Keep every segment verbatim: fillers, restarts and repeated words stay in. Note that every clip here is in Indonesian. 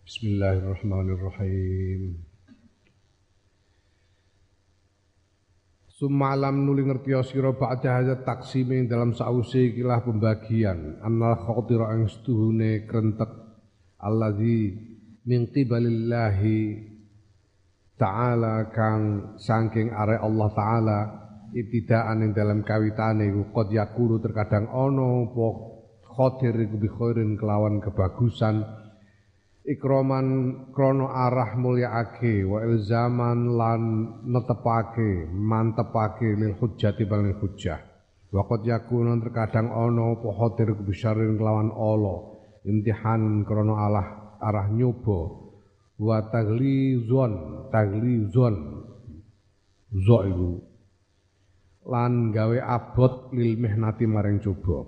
Bismillahirrahmanirrahim. Summa alam nuli ngertiya sira ba'da hadza taksimi dalam sause ikilah pembagian annal khatira ing setuhune krentek allazi min qibalillahi ta'ala kang saking arek Allah taala ibtidaan ing dalam kawitane iku qad yakulu terkadang ana apa khatir iku bi khairin kelawan kebagusan ikroman krono arah mulyaake wa ilzaman lan netepake mantepake lil hujjati bal hujjah wa qad yakunu terkadang ana apa khatir bisarin kelawan Allah imtihan krono alah arah nyoba wa taglizon taglizon zo iku lan gawe abot lil mihnati maring coba.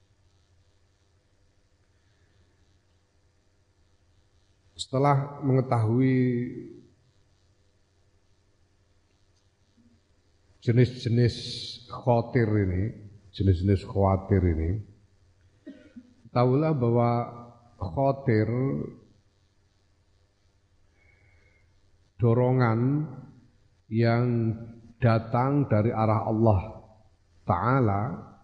Setelah mengetahui jenis-jenis khawatir ini, jenis-jenis khawatir ini, tahulah bahwa khawatir dorongan yang datang dari arah Allah Ta'ala,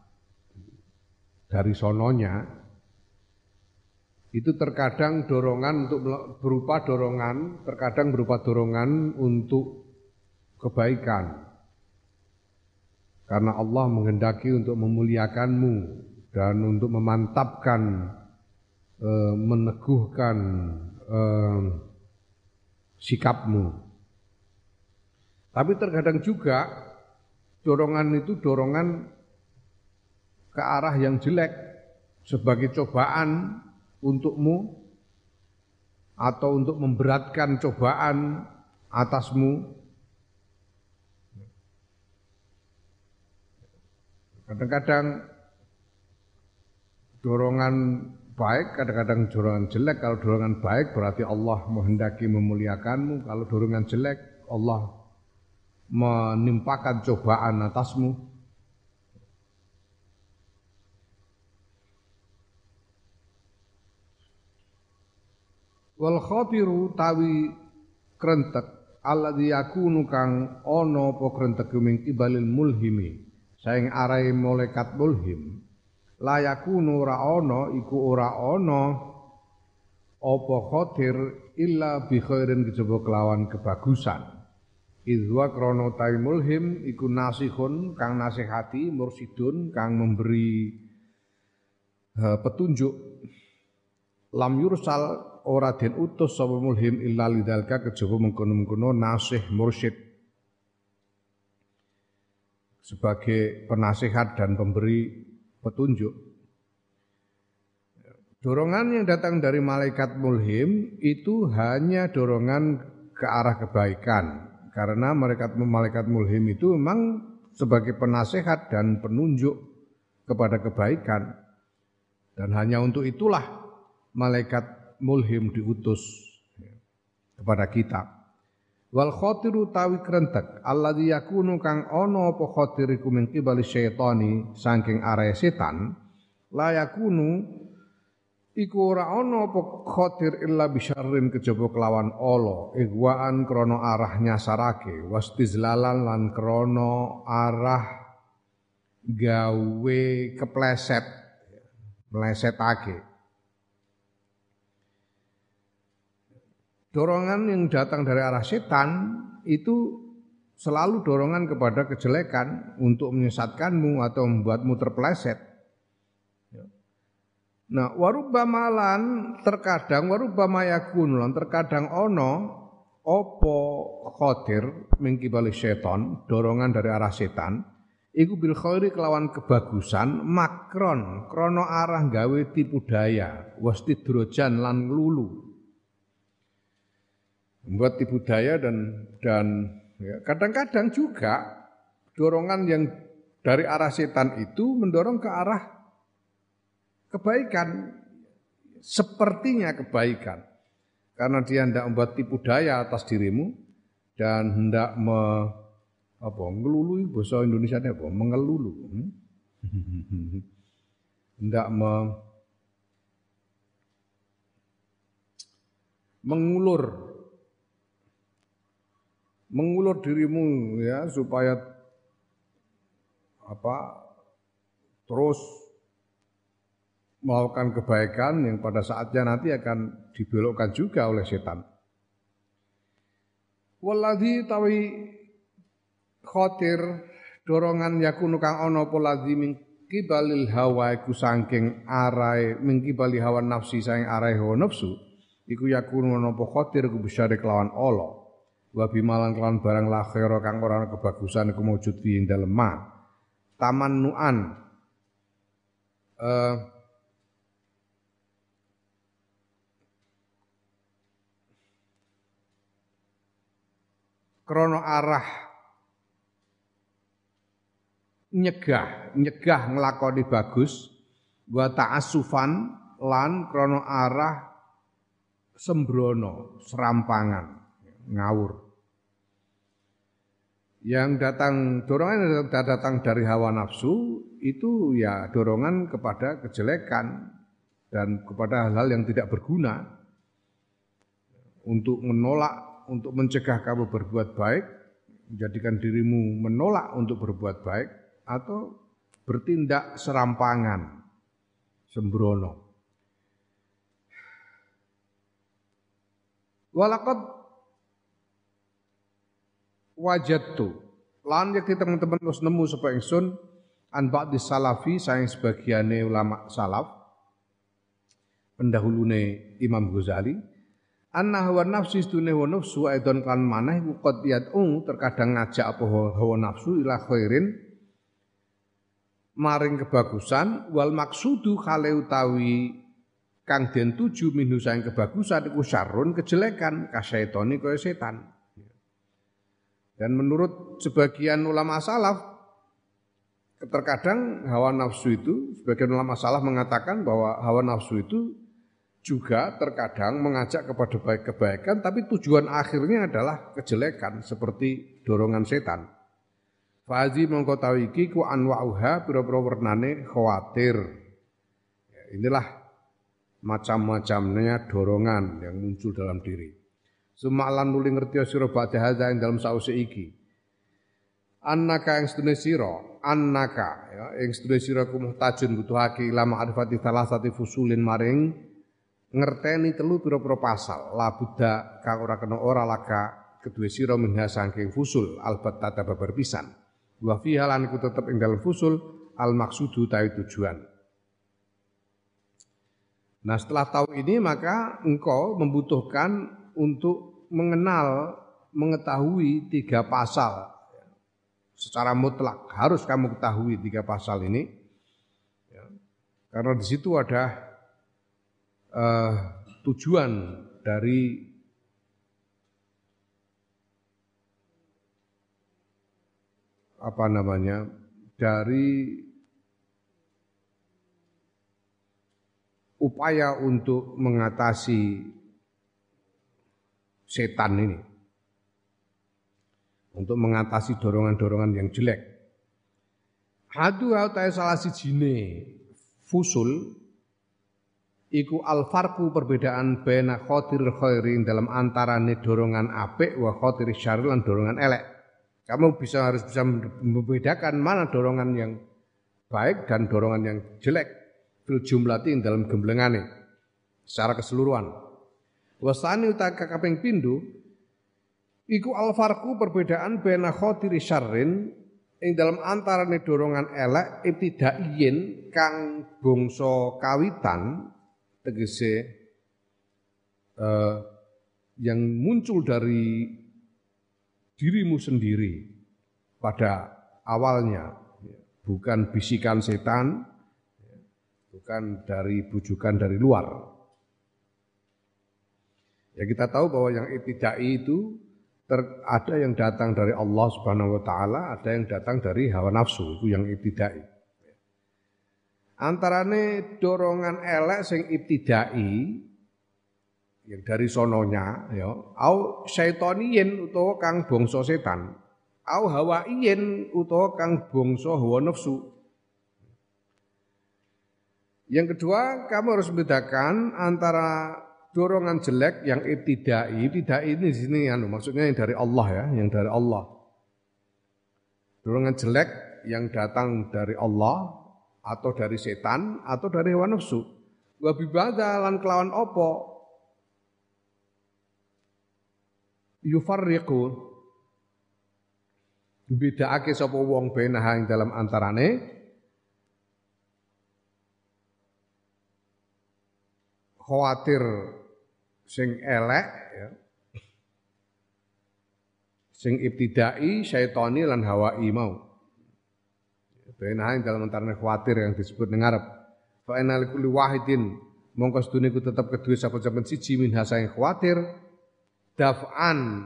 dari sononya, itu terkadang dorongan untuk berupa dorongan, terkadang berupa dorongan untuk kebaikan. Karena Allah menghendaki untuk memuliakanmu dan untuk memantapkan, e, meneguhkan e, sikapmu. Tapi terkadang juga dorongan itu dorongan ke arah yang jelek sebagai cobaan untukmu atau untuk memberatkan cobaan atasmu. Kadang-kadang dorongan baik, kadang-kadang dorongan jelek. Kalau dorongan baik berarti Allah menghendaki memuliakanmu. Kalau dorongan jelek Allah menimpakan cobaan atasmu. Wal khatiru tawi krentek alladzi yakunu kang ana apa krentek min kibalil mulhimi saing arahe malaikat mulhim la yakunu ora ana iku ora ana apa khatir illa bi khairin kejaba kelawan kebagusan izwa krana tawi mulhim iku nasihun kang nasihati mursidun kang memberi uh, petunjuk lam yursal ora den utus sapa mulhim illa lidzalika kejaba mengkono-mengkono nasih mursyid sebagai penasihat dan pemberi petunjuk. Dorongan yang datang dari malaikat mulhim itu hanya dorongan ke arah kebaikan karena malaikat malaikat mulhim itu memang sebagai penasihat dan penunjuk kepada kebaikan dan hanya untuk itulah malaikat mulhim diutus kepada kita. Wal khatiru tawi krentek alladzi yakunu kang ana apa khatir iku min qibali syaitani saking arahe setan la yakunu iku ora ana apa khatir illa bisyarrin kejaba kelawan ala igwaan krana arah nyasarake wastizlalan lan krana arah gawe kepleset melesetake. Dorongan yang datang dari arah setan itu selalu dorongan kepada kejelekan untuk menyesatkanmu atau membuatmu terpeleset. Nah, warubbama lan terkadang warubbama yakun lan terkadang ono opo khotir mingkibali setan, dorongan dari arah setan, iku bil khairi kelawan kebagusan makron krono arah gawe tipu daya, wastidrojan lan lulu. Membuat tipu daya dan dan ya, kadang-kadang juga dorongan yang dari arah setan itu mendorong ke arah kebaikan, sepertinya kebaikan, karena dia hendak membuat tipu daya atas dirimu dan hendak me, apa ngelului bahasa Indonesia apa mengelulu, hmm? hendak me mengulur mengulur dirimu ya supaya apa terus melakukan kebaikan yang pada saatnya nanti akan dibelokkan juga oleh setan. Waladhi tawi khotir dorongan yakunu kang ana apa ladzi min kibalil hawa iku saking arae min kibali hawa nafsi saking arae hawa nafsu iku yakunu ana apa khotir iku bisyare kelawan ala wa bimalan kelawan barang la khaira kang ora ana kebagusan iku maujud fi ing dalem ma tamannuan eh krono arah nyegah nyegah nglakoni bagus wa ta'assufan lan krono arah sembrono serampangan ngawur yang datang dorongan yang datang dari hawa nafsu itu ya dorongan kepada kejelekan dan kepada hal-hal yang tidak berguna untuk menolak untuk mencegah kamu berbuat baik menjadikan dirimu menolak untuk berbuat baik atau bertindak serampangan sembrono walaqad wajadtu lan yakti teman-teman wis nemu sapa ingsun an ba'di salafi saing sebagiane ulama salaf pendahulune Imam Ghazali anna hawa nafsi istune hawa nafsu aidon kan maneh iku qad yad'u terkadang ngajak apa hawa nafsu ila khairin maring kebagusan wal maksudu khale utawi kang den tuju minhu saing kebagusan iku syarrun kejelekan kasaitoni kaya setan. Dan menurut sebagian ulama salaf, terkadang hawa nafsu itu, sebagian ulama salaf mengatakan bahwa hawa nafsu itu juga terkadang mengajak kepada baik kebaikan, tapi tujuan akhirnya adalah kejelekan seperti dorongan setan. Fazi mongko tahu iki ku anwa'uha pira-pira wernane khawatir. Ya, inilah macam-macamnya dorongan yang muncul dalam diri. Sumalan nuli ngerti sira badhe hadza ing dalem sause iki. Annaka ing sedune sira, annaka ya ing sedune sira ku muhtajun butuhake ila ma'rifati salasati fusulin maring ngerteni telu pira-pira pasal. La buddha kang ora kena ora laga kedue sira minha saking fusul albat tata babar pisan. Wa fi halan iku tetep ing dalem fusul al maksudu tawi tujuan. Nah setelah tahu ini maka engkau membutuhkan untuk mengenal, mengetahui tiga pasal secara mutlak harus kamu ketahui tiga pasal ini, ya. Karena di situ ada uh, tujuan dari apa namanya dari upaya untuk mengatasi setan ini, untuk mengatasi dorongan-dorongan yang jelek. Hadu hautai salah sijine fusul iku alfarku perbedaan baina khotir khairin dalam antarane dorongan apik wa khotir syarri lan dorongan elek. Kamu bisa harus bisa membedakan mana dorongan yang baik dan dorongan yang jelek fil jumlati dalam gemblengane secara keseluruhan. Wasani utaka kaping pindho iku alfarku perbedaan baina khotiri syarrin ing dalam antarane dorongan elek ibtidaiyin kang bangsa kawitan tegese eh, yang muncul dari dirimu sendiri pada awalnya, bukan bisikan setan, bukan dari bujukan dari luar. Ya kita tahu bahwa yang ibtidai itu ter, ada yang datang dari Allah Subhanahu wa taala, ada yang datang dari hawa nafsu, itu yang ibtidai. Antarane dorongan elek sing ibtidai yang dari sononya ya, au syaitoniyin utawa kang bangsa setan, au hawaiyin utawa kang bangsa hawa nafsu. Yang kedua, kamu harus membedakan antara dorongan jelek yang ibtidai, ibtidai ini di sini anu maksudnya yang dari Allah ya, yang dari Allah. Dorongan jelek yang datang dari Allah atau dari setan atau dari hawa nafsu. Wa bibada lan kelawan apa yufarriqu bedakake sapa wong benaha ing dalam antarane khawatir sing elek ya. Sing ibtidai, syaitani lan hawai mau. Benaha ing dalam antarane khawatir yang disebut ning ngarep. Fa inna likulli wahidin mongko sedune ku tetep kedue sapa-sapa siji min hasa yang khawatir daf'an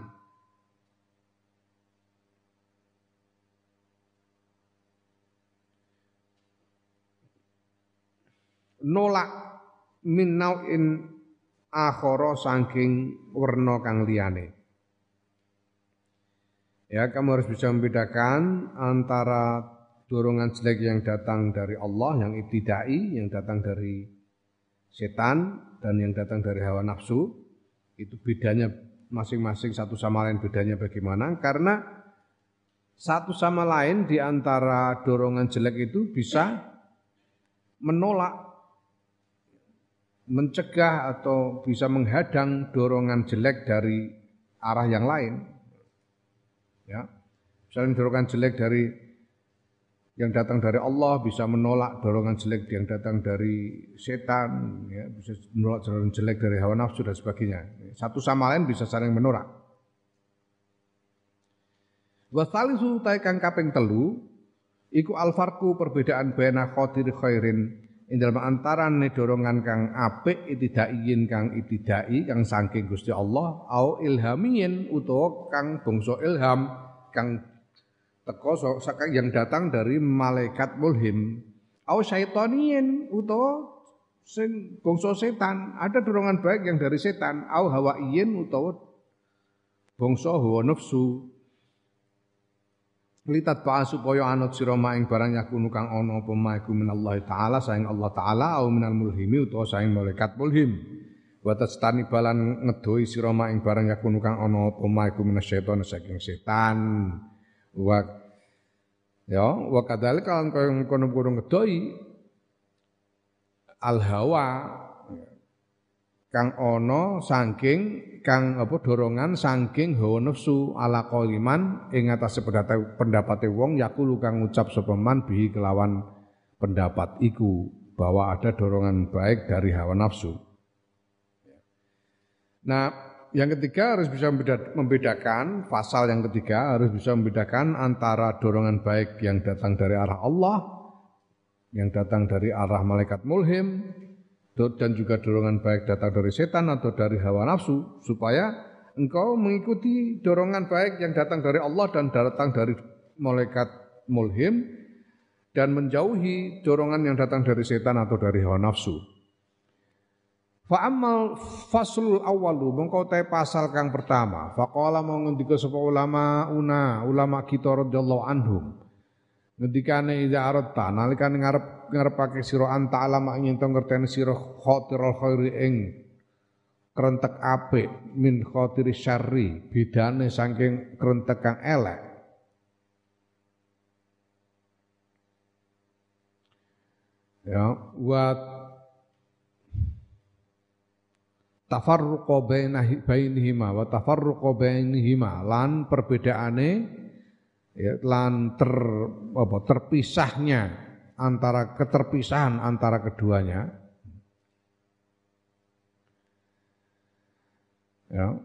nolak min nau'in akhara saking werna kang liyane. Ya, kamu harus bisa membedakan antara dorongan jelek yang datang dari Allah, yang ibtidai, yang datang dari setan, dan yang datang dari hawa nafsu. Itu bedanya masing-masing satu sama lain bedanya bagaimana? Karena satu sama lain di antara dorongan jelek itu bisa menolak, mencegah atau bisa menghadang dorongan jelek dari arah yang lain. Ya, misalnya dorongan jelek dari yang datang dari Allah bisa menolak dorongan jelek yang datang dari setan, ya, bisa menolak dorongan jelek dari hawa nafsu dan sebagainya. Satu sama lain bisa saling menolak. Wa tsalitsu kang kaping telu iku alfarku perbedaan baina khatir khairin ing dalem antarane dorongan kang apik itidaiin kang itidai kang saking Gusti Allah au ilhamiyin utawa kang bangsa ilham kang teko saka yang datang dari malaikat mulhim au syaitaniyin utawa sing bangsa setan. Ada dorongan baik yang dari setan au hawaiyin utawa bangsa hawa nafsu. Litat ba'a supaya anut sira maing barang yakunu kang ana apa maiku minallahi taala saing Allah taala au minal mulhimi utawa saing malaikat mulhim. Wa tastani balan ngedoi sira maing barang yakunu kang ana apa maiku minasyaiton saking setan. Wa ya wa kadzalika lan kaya ngono-ngono ngedoi al hawa kang ana saking kang apa dorongan saking hawa nafsu ala qaliman ing atase pendapate wong yakulu kang ngucap sapa man bihi kelawan pendapat iku bahwa ada dorongan baik dari hawa nafsu. Nah, yang ketiga harus bisa membedakan, pasal yang ketiga harus bisa membedakan antara dorongan baik yang datang dari arah Allah, yang datang dari arah malaikat mulhim, dan juga dorongan baik datang dari setan atau dari hawa nafsu, supaya engkau mengikuti dorongan baik yang datang dari Allah dan datang dari malaikat mulhim, dan menjauhi dorongan yang datang dari setan atau dari hawa nafsu. Fa'amal faslul awwalu mengkau te pasal kang pertama. Faqala mau ngendika sapa ulama una ulama kita radhiyallahu anhum. Ngendikane idza aratta nalikane ngarep ngarepake sira anta alama ing ento ngerteni sira khatirul khairi ing krentek apik min khatiri syarri bedane saking krentek kang elek. Ya, wa tafarruqa bainihima wa tafarruqa bainihima lan perbedaane ya, lan ter apa terpisahnya antara keterpisahan antara keduanya ya.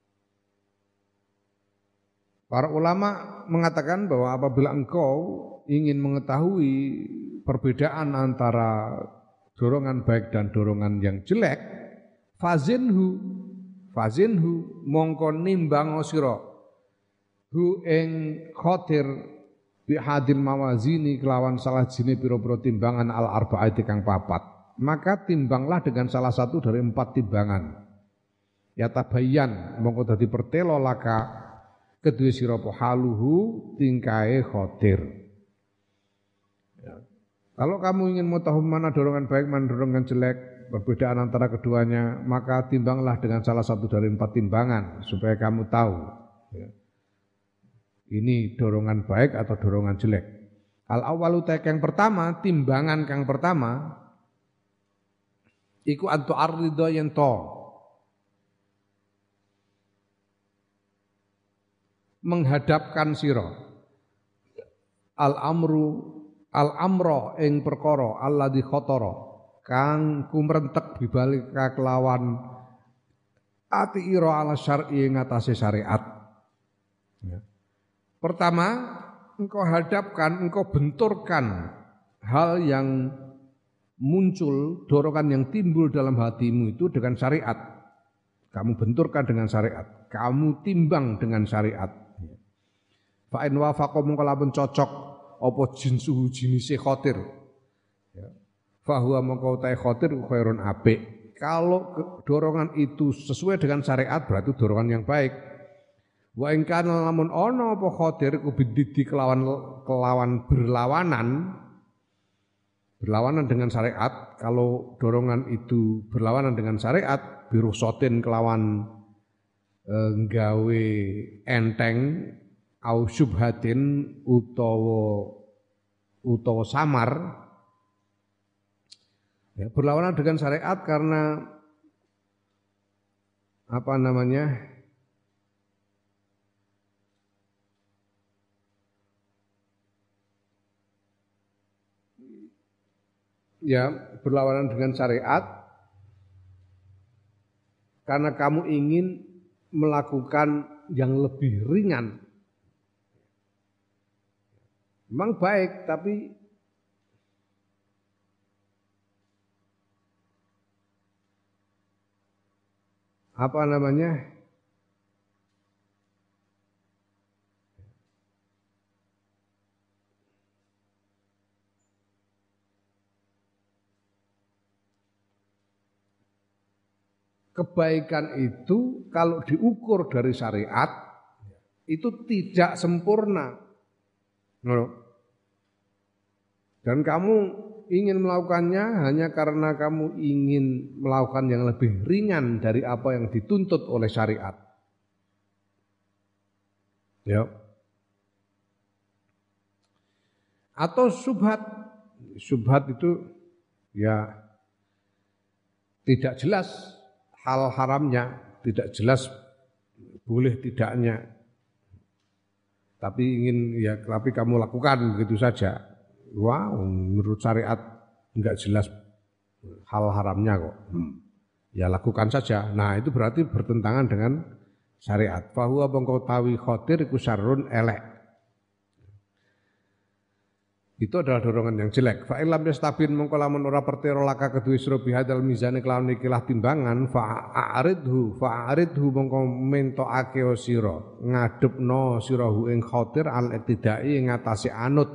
Para ulama mengatakan bahwa apabila engkau ingin mengetahui perbedaan antara dorongan baik dan dorongan yang jelek, fazinhu fazinhu mongko nimbang sira hu ing khatir bi hadil mawazini kelawan salah jine pira-pira timbangan al arbaati kang papat, maka timbanglah dengan salah satu dari empat timbangan. Ya tabayyan mongko dadi pertelo laka kedue sira haluhu tingkae khatir. Ya. Kalau kamu ingin mau tahu mana dorongan baik mana dorongan jelek, perbedaan antara keduanya, maka timbanglah dengan salah satu dari empat timbangan supaya kamu tahu ya, ini dorongan baik atau dorongan jelek. Al awalu tek yang pertama, timbangan kang pertama iku antu arridho yen to menghadapkan sira al amru al amro ing perkara alladzi khatara kang kumrentek bibalik kelawan ati ira ala syar'i ing atase syariat. Ya. Pertama, engkau hadapkan, engkau benturkan hal yang muncul, dorongan yang timbul dalam hatimu itu dengan syariat. Kamu benturkan dengan syariat, kamu timbang dengan syariat. Fa in wafaqa mung kalamun cocok apa jinsuhu jinise khotir. Ya. Fa huwa mongko ta khotir khairun apik. Kalau dorongan itu sesuai dengan syariat berarti dorongan yang baik. Wa in kana lamun ana apa khotir ku bididi kelawan kelawan berlawanan berlawanan dengan syariat. Kalau dorongan itu berlawanan dengan syariat, birusotin kelawan e, nggawe enteng au syubhatin utawa utawa samar ya, berlawanan dengan syariat karena apa namanya ya berlawanan dengan syariat karena kamu ingin melakukan yang lebih ringan. Memang baik, tapi apa namanya? Kebaikan itu kalau diukur dari syariat itu tidak sempurna. Dan kamu ingin melakukannya hanya karena kamu ingin melakukan yang lebih ringan dari apa yang dituntut oleh syariat. Ya. Atau subhat. Subhat itu ya tidak jelas hal haramnya, tidak jelas boleh tidaknya. Tapi ingin ya tapi kamu lakukan begitu saja. Wah, menurut syariat enggak jelas hal haramnya kok. Hmm. Ya lakukan saja. Nah, itu berarti bertentangan dengan syariat. Fa huwa bangko tawi khotir iku syarrun elek. Itu adalah dorongan yang jelek. Fa illam yastabin mongko lamun ora pertero laka kedue sira bihadal mizane kelawan ikilah timbangan fa a'ridhu fa a'ridhu mongko mentokake sira ngadepno sirahu ing khotir al iktidai ing atase anut.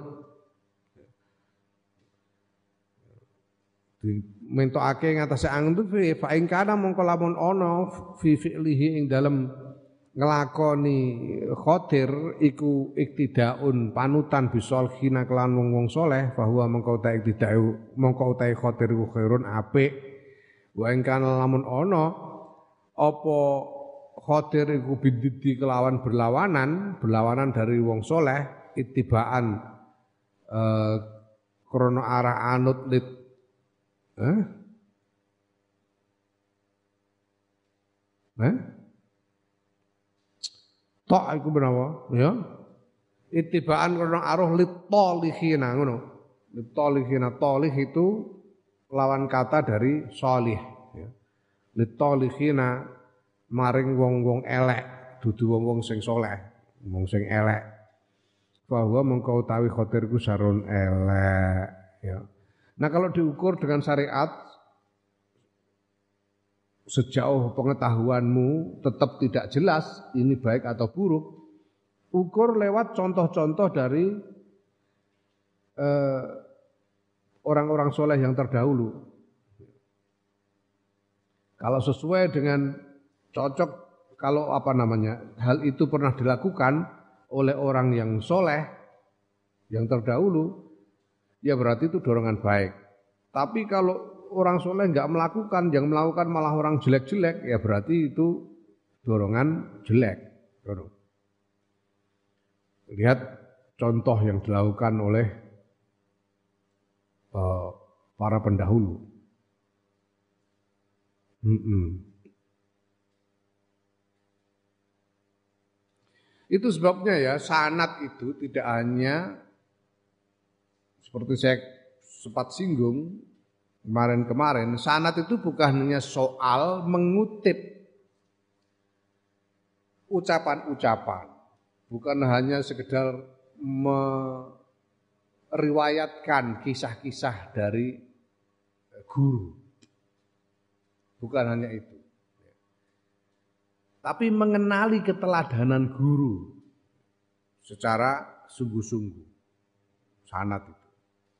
Mentokake ing atase anut fa ing kana mongko lamun ana fi fi'lihi ing dalem ngelakoni khotir iku iktidaun panutan bisol khina kelan wong-wong soleh bahwa mengkau ta iktidau mengkau ta khotir iku khairun apik wa ing kana lamun ana apa khotir iku bididi kelawan berlawanan berlawanan dari wong soleh ittibaan eh, krana arah anut lit eh eh tok iku menawa ya ittibaan karena aruh litolikhina ngono litolikhina tolih itu lawan kata dari solih ya. Litolikhina maring wong-wong elek dudu wong-wong sing soleh wong sing elek bahwa mengkau tawi khotirku sarun elek ya. Nah kalau diukur dengan syariat sejauh pengetahuanmu tetap tidak jelas ini baik atau buruk, ukur lewat contoh-contoh dari eh, orang-orang soleh yang terdahulu. Kalau sesuai dengan cocok, kalau apa namanya, hal itu pernah dilakukan oleh orang yang soleh, yang terdahulu, ya berarti itu dorongan baik. Tapi kalau orang soleh nggak melakukan, yang melakukan malah orang jelek-jelek, ya berarti itu dorongan jelek. Lihat contoh yang dilakukan oleh uh, para pendahulu. Hmm-hmm. Itu sebabnya ya sanad itu tidak hanya seperti saya sempat singgung kemarin-kemarin, sanad itu bukan hanya soal mengutip ucapan-ucapan, bukan hanya sekedar meriwayatkan kisah-kisah dari guru, bukan hanya itu. Tapi mengenali keteladanan guru secara sungguh-sungguh, sanad itu.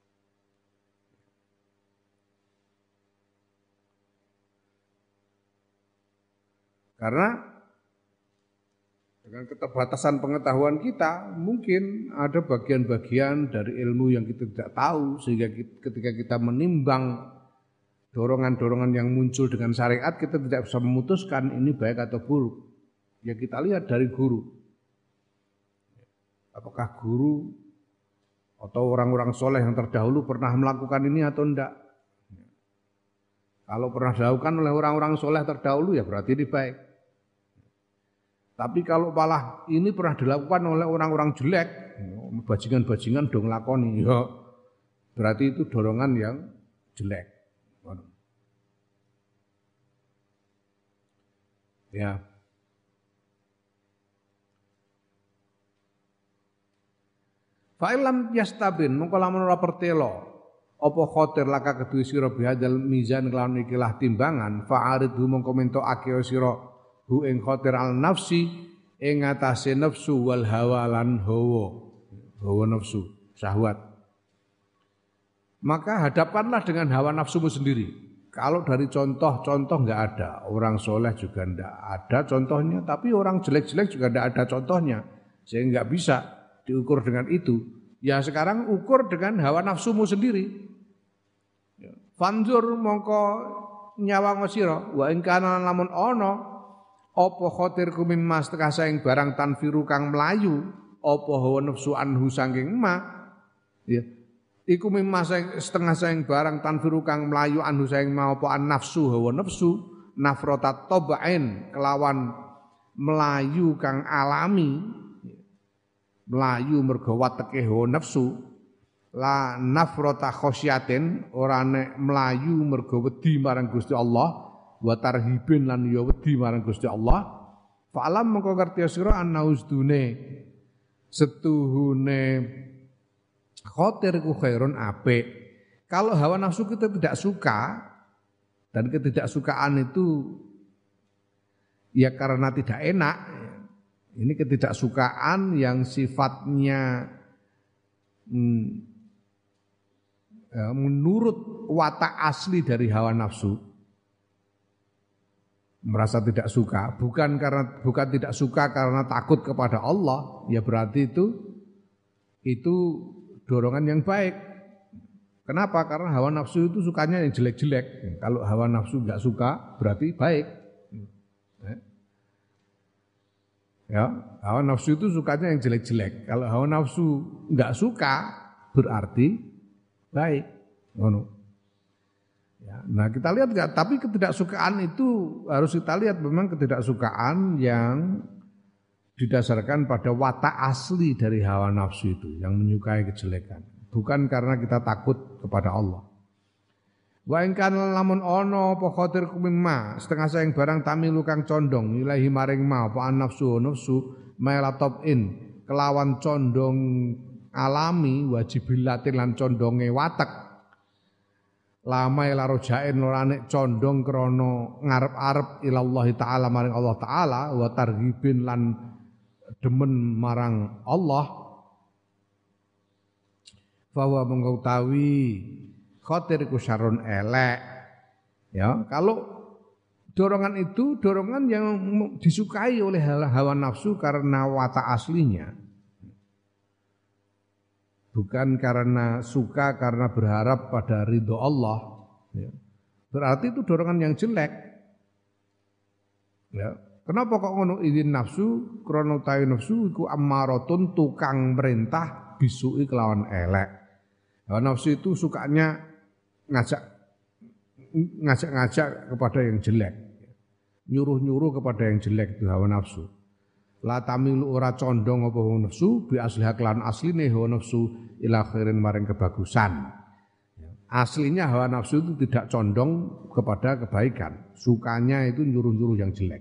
Karena dengan keterbatasan pengetahuan kita, mungkin ada bagian-bagian dari ilmu yang kita tidak tahu, sehingga ketika kita menimbang dorongan-dorongan yang muncul dengan syariat, kita tidak bisa memutuskan ini baik atau buruk. Ya kita lihat dari guru. Apakah guru atau orang-orang soleh yang terdahulu pernah melakukan ini atau enggak. Kalau pernah dilakukan oleh orang-orang soleh terdahulu, ya berarti ini baik. Tapi kalau malah ini pernah dilakukan oleh orang-orang jelek, bajingan-bajingan dong lakoni, ya berarti itu dorongan yang jelek. Ya. Fa'ilam yastabin mongko lamun ora pertelo apa khotir laka kedue sira bihadal mizan kelawan ikilah timbangan fa'aridhu mongko mentokake sira hu ing khotir al nafsi ing atase nafsu wal hawa lan hawa hawa nafsu syahwat. Maka hadapkanlah dengan hawa nafsumu sendiri. Kalau dari contoh-contoh enggak ada, orang soleh juga enggak ada contohnya, tapi orang jelek-jelek juga enggak ada contohnya, sehingga enggak bisa diukur dengan itu. Ya sekarang ukur dengan hawa nafsumu sendiri. Fanzur mongko nyawang sira wa ing kana lamun ana apa khatirku mimmas tekasa ing barang tanfiru kang mlayu apa hawa nafsu anhu saking ma ya iku mimmas setengah saing barang tanfiru kang mlayu anhu saing ma apa an nafsu hawa nafsu nafrata tabain kelawan melayu kang alami melayu mergo wateke hawa nafsu la nafrata khosyatin ora nek melayu mergo wedi marang Gusti Allah wa tarhibin lan ya wedi marang Gusti Allah fa'alam mengko ngerti sira ana usdune setuhune khotir ku khairun apik. Kalau hawa nafsu kita tidak suka dan ketidaksukaan itu ya karena tidak enak. Ini ketidaksukaan yang sifatnya hmm, ya, menurut watak asli dari hawa nafsu. Merasa tidak suka, bukan karena bukan tidak suka karena takut kepada Allah, ya berarti itu itu dorongan yang baik. Kenapa? Karena hawa nafsu itu sukanya yang jelek-jelek. Kalau hawa nafsu enggak suka berarti baik. Ya, hawa nafsu itu sukanya yang jelek-jelek. Kalau hawa nafsu enggak suka berarti baik. Ngono. Ya, nah kita lihat enggak, tapi ketidaksukaan itu harus kita lihat memang ketidaksukaan yang didasarkan pada watak asli dari hawa nafsu itu yang menyukai kejelekan, bukan karena kita takut kepada Allah. Wa in kana lamun ana apa khatir kumimma setengah saing barang tamilu kang condong ilahi maring ma apa nafsu nafsu melatabin kelawan condong alami wajibilatin lan condonge watak lama ila rojain ora nek condong krana ngarep-arep ilallahi taala maring Allah taala wa targhibin lan demen marang Allah bahwa mengetahui khatir ku syarun elek ya. Kalau dorongan itu dorongan yang disukai oleh hawa nafsu karena watak aslinya, bukan karena suka karena berharap pada ridho Allah ya. berarti itu dorongan yang jelek. Ya. Kenapa kok ngono izin nafsu? Krana utawi nafsu iku ammaratun tukang merintah bisuki kelawan elek. Hawa nafsu itu sukanya ngajak ngajak-ngajak kepada yang jelek. Nyuruh-nyuruh kepada yang jelek itu hawa nafsu. La tamilu ora condong apa hawa nafsu bi asliha kelan asline hawa nafsu ila khairin maring kebagusan. Aslinya hawa nafsu itu tidak condong kepada kebaikan. Sukanya itu nyuruh-nyuruh yang jelek.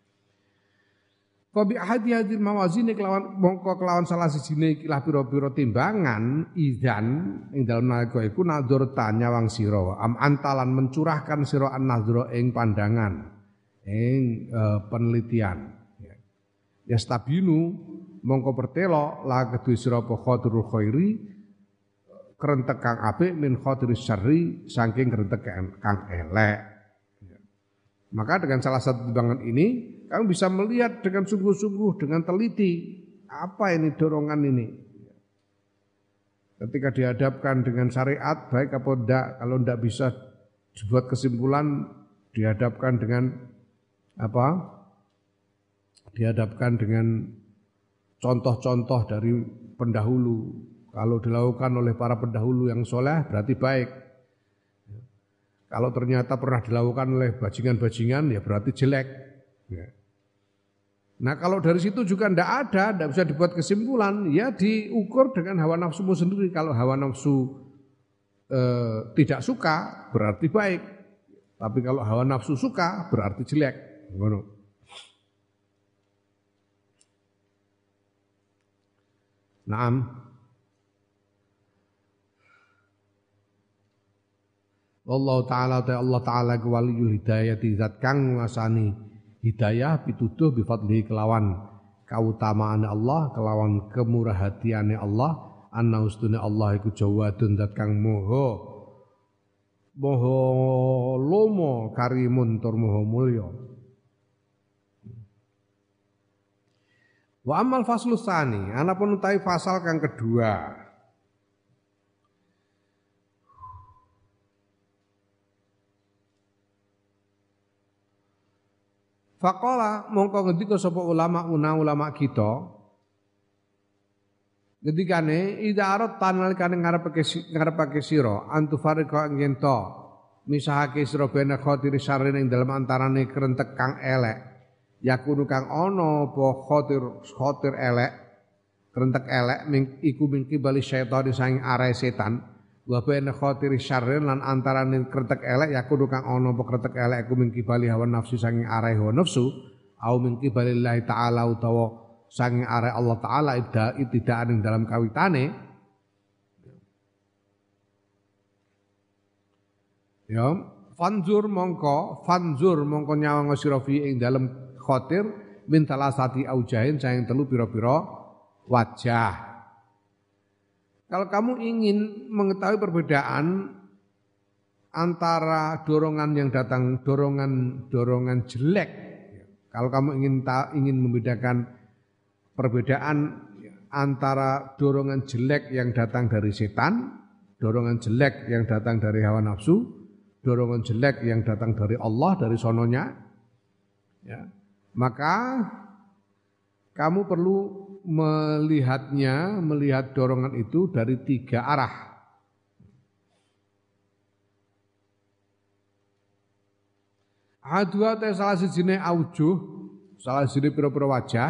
Fa bi ahadi hadil mawazine kelawan mongko kelawan salah sijine ikilah pira-pira timbangan idzan ing dalem nalika iku nadzurta nyawang sira am antalan mencurahkan sira an-nadzra ing pandangan ing uh, penelitian ya. Ya stabinu mongko pertelo la kedue sira apa khairul khairi kerentek kang apik min khatiris syarri saking kerentek kang elek. Ya. Maka dengan salah satu timbangan ini kamu bisa melihat dengan sungguh-sungguh, dengan teliti, apa ini dorongan ini. Ketika dihadapkan dengan syariat, baik apa tidak, kalau tidak bisa dibuat kesimpulan, dihadapkan dengan apa? Dihadapkan dengan contoh-contoh dari pendahulu. Kalau dilakukan oleh para pendahulu yang soleh, berarti baik. Kalau ternyata pernah dilakukan oleh bajingan-bajingan, ya berarti jelek. Ya. Nah kalau dari situ juga tidak ada, tidak bisa dibuat kesimpulan, ya diukur dengan hawa nafsumu sendiri. Kalau hawa nafsu eh, tidak suka berarti baik, tapi kalau hawa nafsu suka berarti jelek. Naam. Allah Ta'ala Allah Ta'ala waliyul hidayati zat kang nguasani hidayah pituduh bifadlihi kelawan kautamaan Allah, kelawan kemurahatiane Allah, anna ustune Allah iku jawadun zat kang moho moho lomo karimun tur moho mulya. Wa amal faslu tsani, anapun utawi fasal kang kedua. Faqala mongko ngendika sapa ulama una ulama kita ngendikane ida arat tanalikane ngarepake ngarepake sira antufariqa ing to misahake sira bena khatiri syarri ing dalem antarane kerentek kang elek yakunu kang ana apa khatir khatir elek kerentek elek ming, iku mingki bali syaitan saing arahe setan wa bena khatiri syarri lan antarane kerentek elek yakunu kang ana apa kerentek elek iku mingki bali hawa nafsu saing arahe hawa nafsu au mingki bali Allah taala utawa saking arahe Allah taala ibda ibtidaan ing dalam kawitane ya fanzur mongko fanzur mongko nyawang sira fi ing dalam khatir min salasati aujahin saing telu pira-pira wajah. Kalau kamu ingin mengetahui perbedaan antara dorongan yang datang dorongan dorongan jelek, kalau kamu ingin ta, ingin membedakan perbedaan antara dorongan jelek yang datang dari setan, dorongan jelek yang datang dari hawa nafsu, dorongan jelek yang datang dari Allah, dari sononya, ya, maka kamu perlu melihatnya, melihat dorongan itu dari tiga arah. Adua te salah sijine aujuh, salah sijine pira-pira wajah.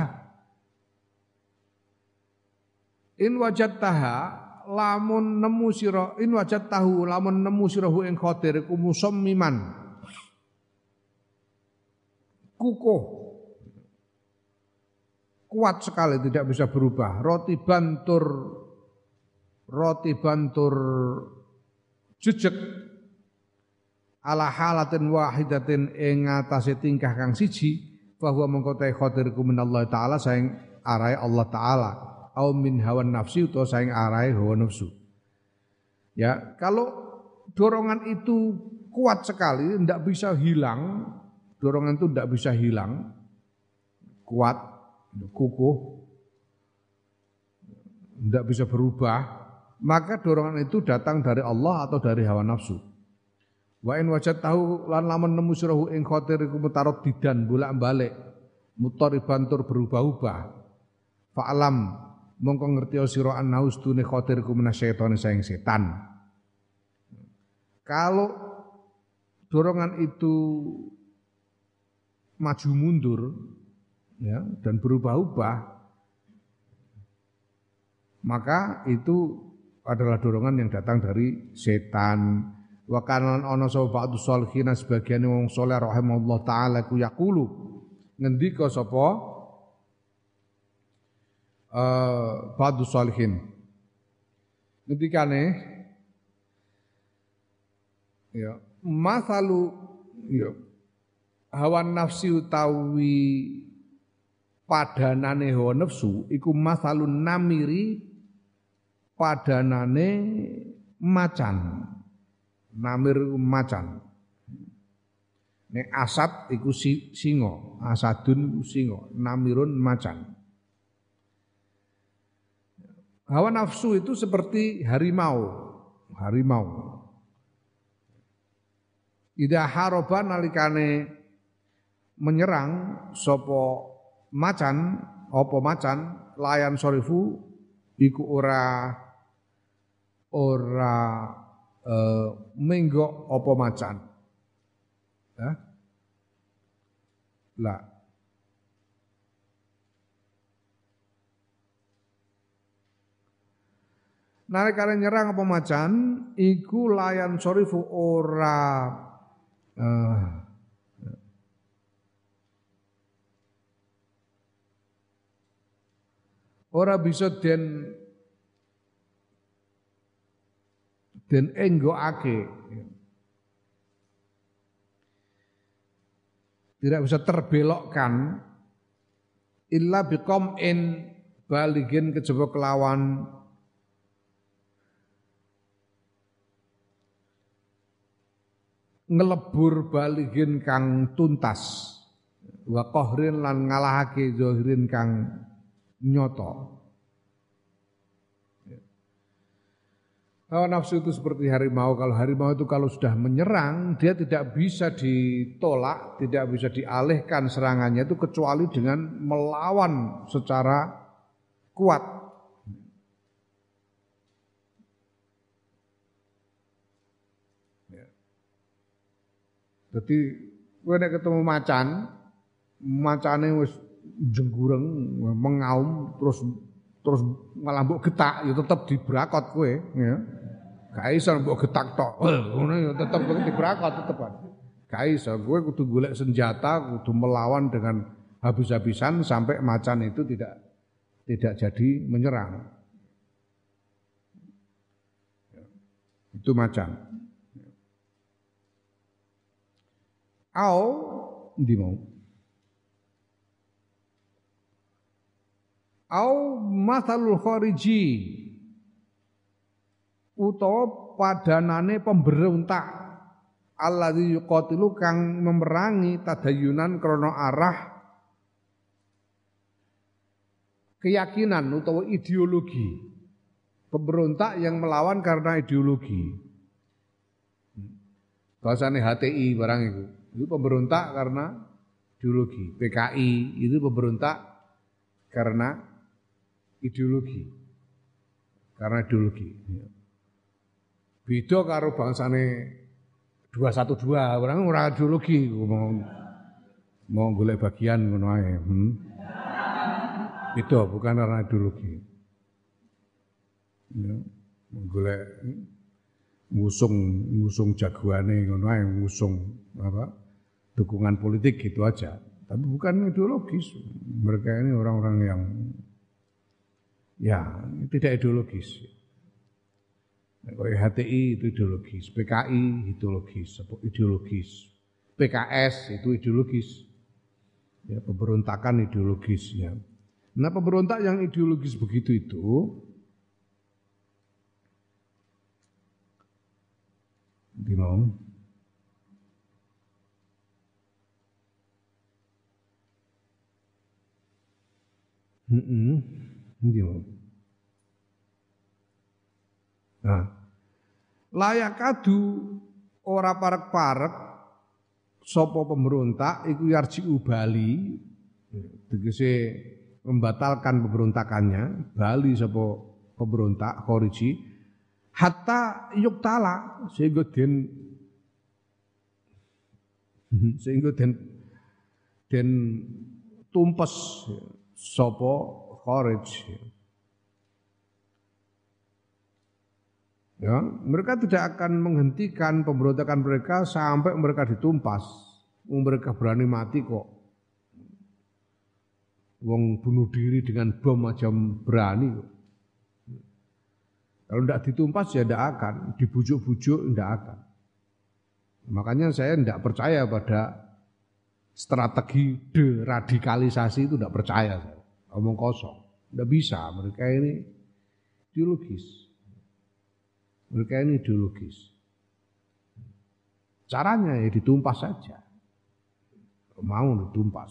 In wajad taha lamun nemu sira in wajad tahu lamun nemu sirahu ing khatir iku musammiman. Kukuh. Kuat sekali tidak bisa berubah. Roti bantur roti bantur jejeg ala halatin wahidatin ing atase tingkah kang siji bahwa mengko ta khatirku minallah taala saing arahe Allah taala au min hawan nafsi utawa saing arahe hawa nafsu. Ya, kalau dorongan itu kuat sekali tidak bisa hilang, dorongan itu tidak bisa hilang. Kuat, kukuh, tidak bisa berubah, maka dorongan itu datang dari Allah atau dari hawa nafsu. Wa in wajad tahu lan lamun nemu sirahu ing khatir iku mutaraddidan bolak-balik mutariban tur berubah-ubah. Fa'lam mongko ngerti sira annahu stune khatir iku minasyaiton saing setan. Kalau dorongan itu maju mundur ya dan berubah-ubah, maka itu adalah dorongan yang datang dari setan. Wa kana ana sapa ba'du sholihin sebagian wong saleh rahimahullah taala ku yaqulu ngendika sapa eh ba'du sholihin ngendikane ya masalu ya hawa nafsi utawi padanane hawa nafsu iku masalun namiri padanane macan. Namir macan. Nek asad iku singa, asadun iku singa, namirun macan. Hawa nafsu itu seperti harimau, harimau. Ida haroba nalikane menyerang sapa macan, apa macan layan sorifu iku ora ora Uh, menggok apa macan, ya, lah, nalikane nyerang apa macan, iku layan sorifu ora, uh, ora bisa den dan enggokake, tidak bisa terbelokkan illa biqom in baligin kejaba kelawan ngelebur baligin kang tuntas wa qahrin lan ngalahake zahirin kang nyoto. Hawa nafsu itu seperti harimau. Kalau harimau itu kalau sudah menyerang, dia tidak bisa ditolak, tidak bisa dialihkan serangannya itu kecuali dengan melawan secara kuat. Jadi kowe nek ketemu macan, macane wis jenggureng, mengaum terus terus malah mbok getak ya tetep dibrakot kowe ya. Gak iso mbok getak tok. Ngono ya tetep dibrakot tetepan. Gak iso, kowe kudu golek senjata, kudu melawan dengan habis-habisan sampai macan itu tidak tidak jadi menyerang. Itu macan. Au ndi mau? Au masalul khariji utawa padanane pemberontak alladzi yuqatilu kang memerangi tadayunan krana arah keyakinan utawa ideologi. Pemberontak yang melawan karena ideologi. Bahasane H T I barang itu. Itu pemberontak karena ideologi. P K I itu pemberontak karena ideologi. Karena ideologi. Beda karo bangsane dua satu dua, orang ora ideologi mau mau golek bagian ngono ae. Hmm. Beda bukan karena ideologi. Ya, golek ngusung ngusung jagoane ngono ae, ngusung apa? Dukungan politik gitu aja. Tapi bukan ideologis. Mereka ini orang-orang yang ya tidak ideologis. H T I itu ideologis, P K I ideologis, ideologis, P K S itu ideologis, ya pemberontakan ideologis ya. Nah pemberontak yang ideologis begitu itu, di mau, hmm, di mau. Nah, layak kadu ora parek-parek sapa pemberontak iku yarji'u bali, tegese membatalkan pemberontakannya, bali sapa pemberontak khariji hatta yuktala sehingga den sehingga den den tumpes sapa kharij. Ya, mereka tidak akan menghentikan pemberontakan mereka sampai mereka ditumpas. Mereka berani mati kok. Wong bunuh diri dengan bom aja berani kok. Kalau tidak ditumpas ya tidak akan, dibujuk-bujuk tidak akan. Makanya saya tidak percaya pada strategi deradikalisasi, itu tidak percaya saya. Omong kosong, tidak bisa. Mereka ini ideologis. Mereka ini ideologis. Caranya ya ditumpas saja. Mau ditumpas.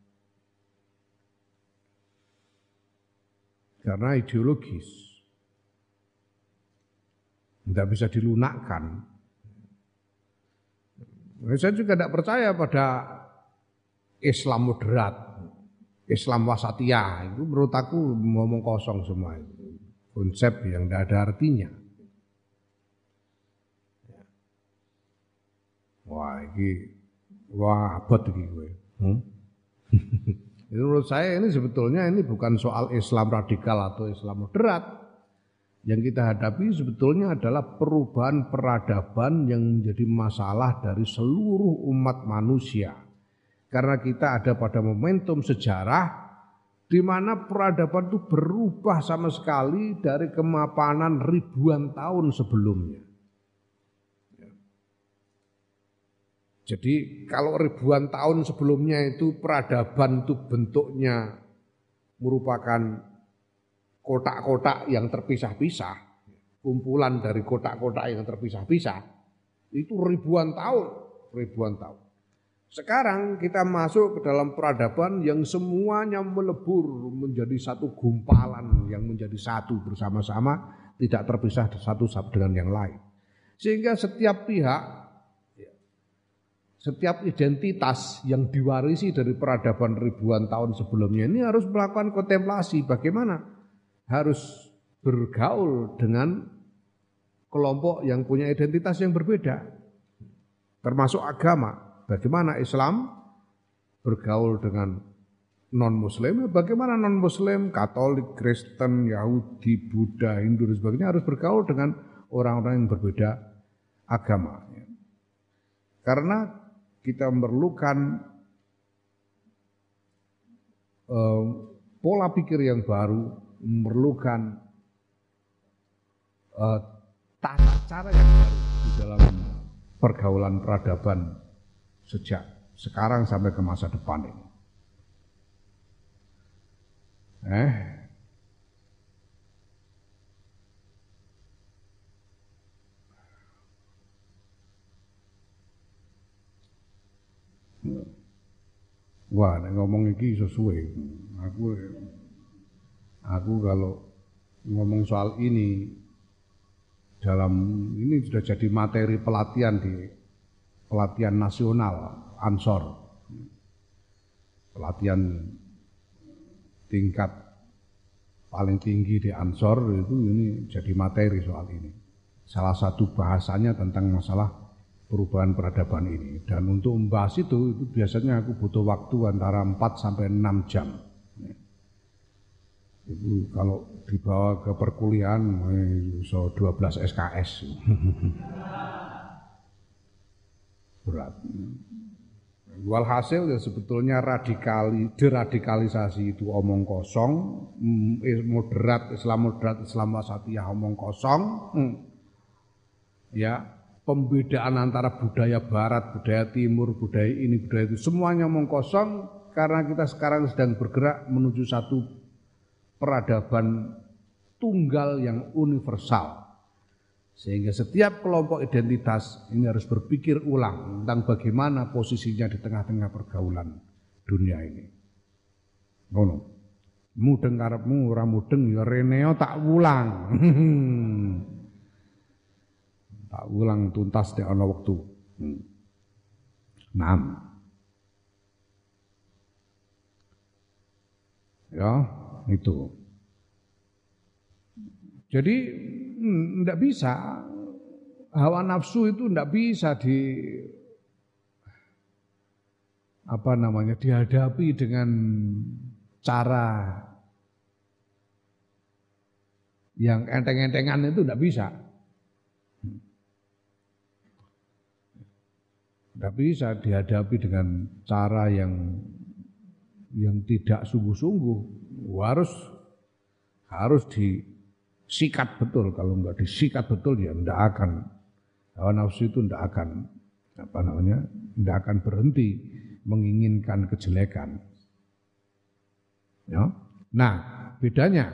Karena ideologis. Tidak bisa dilunakkan. Saya juga tidak percaya pada Islam moderat, Islam wasatiyah. Itu menurut aku ngomong kosong semua itu. Konsep yang tidak ada artinya. Wah, ini wah abot iki kowe. Hmm? Itu menurut saya ini sebetulnya ini bukan soal Islam radikal atau Islam moderat. Yang kita hadapi sebetulnya adalah perubahan peradaban yang menjadi masalah dari seluruh umat manusia. Karena kita ada pada momentum sejarah di mana peradaban itu berubah sama sekali dari kemapanan ribuan tahun sebelumnya. Jadi kalau ribuan tahun sebelumnya itu peradaban itu bentuknya merupakan kotak-kotak yang terpisah-pisah, kumpulan dari kotak-kotak yang terpisah-pisah, itu ribuan tahun, ribuan tahun. Sekarang kita masuk ke dalam peradaban yang semuanya melebur menjadi satu gumpalan yang menjadi satu bersama-sama, tidak terpisah satu dengan yang lain. Sehingga setiap pihak, setiap identitas yang diwarisi dari peradaban ribuan tahun sebelumnya ini harus melakukan kontemplasi bagaimana harus bergaul dengan kelompok yang punya identitas yang berbeda, termasuk agama. Bagaimana Islam bergaul dengan non-Muslim, bagaimana non-Muslim, Katolik, Kristen, Yahudi, Buddha, Hindu dan sebagainya harus bergaul dengan orang-orang yang berbeda agama. Karena kita memerlukan uh, pola pikir yang baru, memerlukan uh, tata cara yang baru di dalam pergaulan peradaban sejak sekarang sampai ke masa depan ini. Eh, wah, ngomong iki sesuai. Aku, aku kalau ngomong soal ini dalam ini sudah jadi materi pelatihan di pelatihan nasional Ansor, pelatihan tingkat paling tinggi di Ansor itu ini jadi materi soal ini. Salah satu bahasanya tentang masalah perubahan peradaban ini, dan untuk membahas itu, itu biasanya aku butuh waktu antara empat sampai enam jam. Itu kalau dibawa ke perkuliahan so dua belas S K S. Berat. Walhasil ya sebetulnya radikali, deradikalisasi itu omong kosong, moderat Islam moderat Islam wasatiyah omong kosong. Ya, pembedaan antara budaya barat, budaya timur, budaya ini, budaya itu semuanya omong kosong karena kita sekarang sedang bergerak menuju satu peradaban tunggal yang universal. Sehingga setiap kelompok identitas ini harus berpikir ulang tentang bagaimana posisinya di tengah-tengah pergaulan dunia ini. Ngono. Mudeng karepmu ora mudeng ya reneo tak ulang. Tak ulang tuntas nek ana wektu. Hmm. Naam. Ya, itu. Jadi enggak bisa, hawa nafsu itu enggak bisa di apa namanya dihadapi dengan cara yang enteng-entengan itu enggak bisa. Enggak bisa dihadapi dengan cara yang yang tidak sungguh-sungguh. Harus harus disikat betul. Kalau enggak disikat betul ya enggak akan, hawa nafsu itu enggak akan apa namanya enggak akan berhenti menginginkan kejelekan. Ya. Nah, bedanya